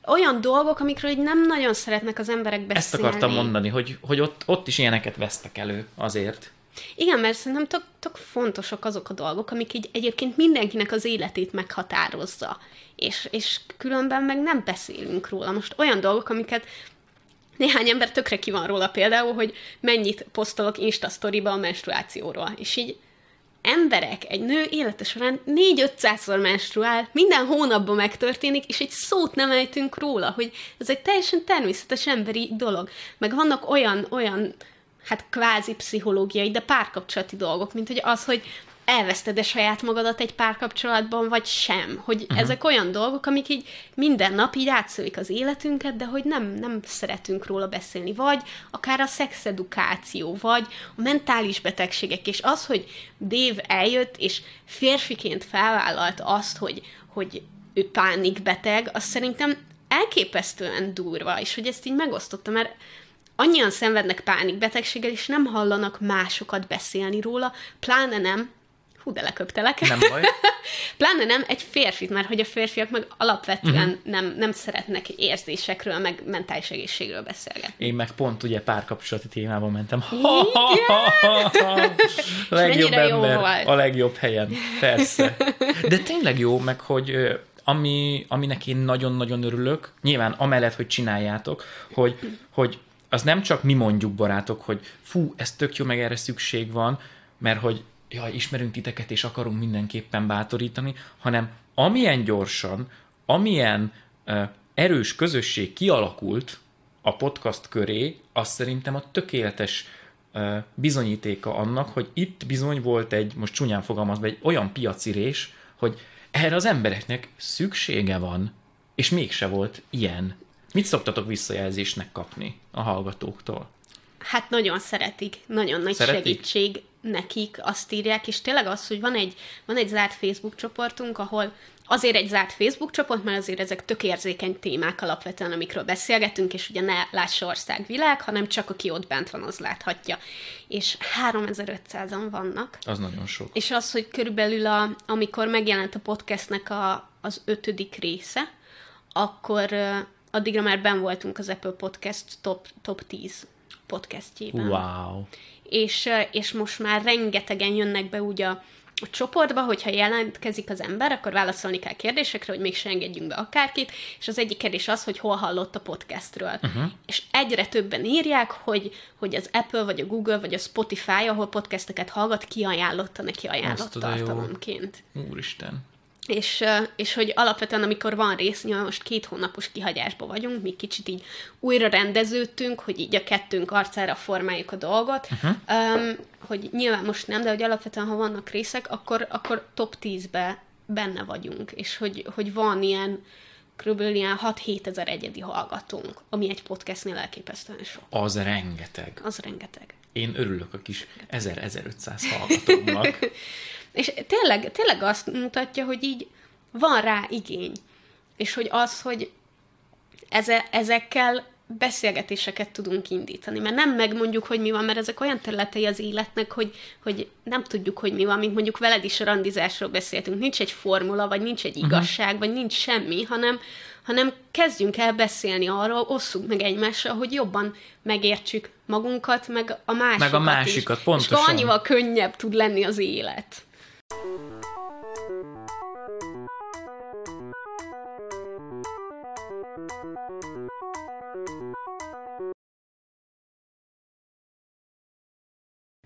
olyan dolgok, amikről így nem nagyon szeretnek az emberek beszélni. Ezt akartam mondani, hogy, hogy ott, ott is ilyeneket vesztek elő azért. Igen, mert szerintem tök, tök fontosak azok a dolgok, amik így egyébként mindenkinek az életét meghatározza. És, és különben meg nem beszélünk róla. Most olyan dolgok, amiket néhány ember tökre ki van róla például, hogy mennyit posztolok Insta sztoriba a menstruációról. És így emberek, egy nő élete során négy-ötszázszor menstruál, minden hónapban megtörténik, és egy szót nem ejtünk róla, hogy ez egy teljesen természetes emberi dolog. Meg vannak olyan, olyan hát kvázi pszichológiai, de párkapcsolati dolgok, mint hogy az, hogy elveszted-e saját magadat egy párkapcsolatban, vagy sem. Hogy uh-huh. ezek olyan dolgok, amik így minden nap így átszölik az életünket, de hogy nem, nem szeretünk róla beszélni. Vagy akár a szexedukáció, vagy a mentális betegségek, és az, hogy Dave eljött, és férfiként felvállalt azt, hogy, hogy ő pánikbeteg, az szerintem elképesztően durva, és hogy ezt így megosztotta, mert annyian szenvednek pánikbetegséggel, és nem hallanak másokat beszélni róla, pláne nem, hú, de leköptelek. Nem baj. Pláne nem egy férfit, mert hogy a férfiak meg alapvetően uh-huh. nem, nem szeretnek érzésekről, meg mentális egészségről beszélgetni. Én meg pont ugye párkapcsolati témában mentem. Igen? Legjobb ember, a legjobb helyen. Persze. De tényleg jó, meg hogy ami, aminek én nagyon-nagyon örülök, nyilván amellett, hogy csináljátok, hogy, hogy az nem csak mi mondjuk, barátok, hogy fú, ez tök jó, meg erre szükség van, mert hogy jaj, ismerünk titeket, és akarunk mindenképpen bátorítani, hanem amilyen gyorsan, amilyen uh, erős közösség kialakult a podcast köré, az szerintem a tökéletes uh, bizonyítéka annak, hogy itt bizony volt egy, most csúnyán fogalmazva, egy olyan piacirés, hogy erre az embereknek szüksége van, és mégse volt ilyen. Mit szoktatok visszajelzésnek kapni a hallgatóktól? Hát nagyon szeretik, nagyon nagy szeretik? segítség nekik, azt írják, és tényleg az, hogy van egy, van egy zárt Facebook csoportunk, ahol azért egy zárt Facebook csoport, mert azért ezek tök érzékeny témák alapvetően, amikről beszélgetünk, és ugye ne lássa országvilág, hanem csak aki ott bent van, az láthatja. És háromezer-ötszázan vannak. Az nagyon sok. És az, hogy körülbelül a, amikor megjelent a podcastnek a, az ötödik része, akkor addigra már benn voltunk az Apple Podcast top, top tíz podcastjében. Wow. És, és most már rengetegen jönnek be úgy a, a csoportba, hogyha jelentkezik az ember, akkor válaszolni kell kérdésekre, hogy mégse engedjünk be akárkit, és az egyik kérdés az, hogy hol hallott a podcastről. Uh-huh. És egyre többen írják, hogy, hogy az Apple, vagy a Google, vagy a Spotify, ahol podcasteket hallgat, kiajánlotta neki ajánlott tartalomként. Úristen. És, és hogy alapvetően, amikor van rész, nyilván most két hónapos kihagyásban vagyunk, mi kicsit így újra rendeződtünk, hogy így a kettőnk arcára formáljuk a dolgot, uh-huh. um, hogy nyilván most nem, de hogy alapvetően, ha vannak részek, akkor, akkor top tízbe benne vagyunk, és hogy, hogy van ilyen körülbelül ilyen hat-hét ezer egyedi hallgatónk, ami egy podcastnél elképesztően sok. Az rengeteg. Az rengeteg. Én örülök a kis ezer-ezerötszáz hallgatónak. És tényleg, tényleg azt mutatja, hogy így van rá igény. És hogy az, hogy eze, ezekkel beszélgetéseket tudunk indítani. Mert nem megmondjuk, hogy mi van, mert ezek olyan területei az életnek, hogy, hogy nem tudjuk, hogy mi van, mint mondjuk veled is a randizásról beszéltünk. Nincs egy formula, vagy nincs egy igazság, uh-huh. vagy nincs semmi, hanem, hanem kezdjünk el beszélni arról, osszuk meg egymással, hogy jobban megértsük magunkat, meg a másikat Meg a másikat, is. pontosan. És annyival könnyebb tud lenni az élet.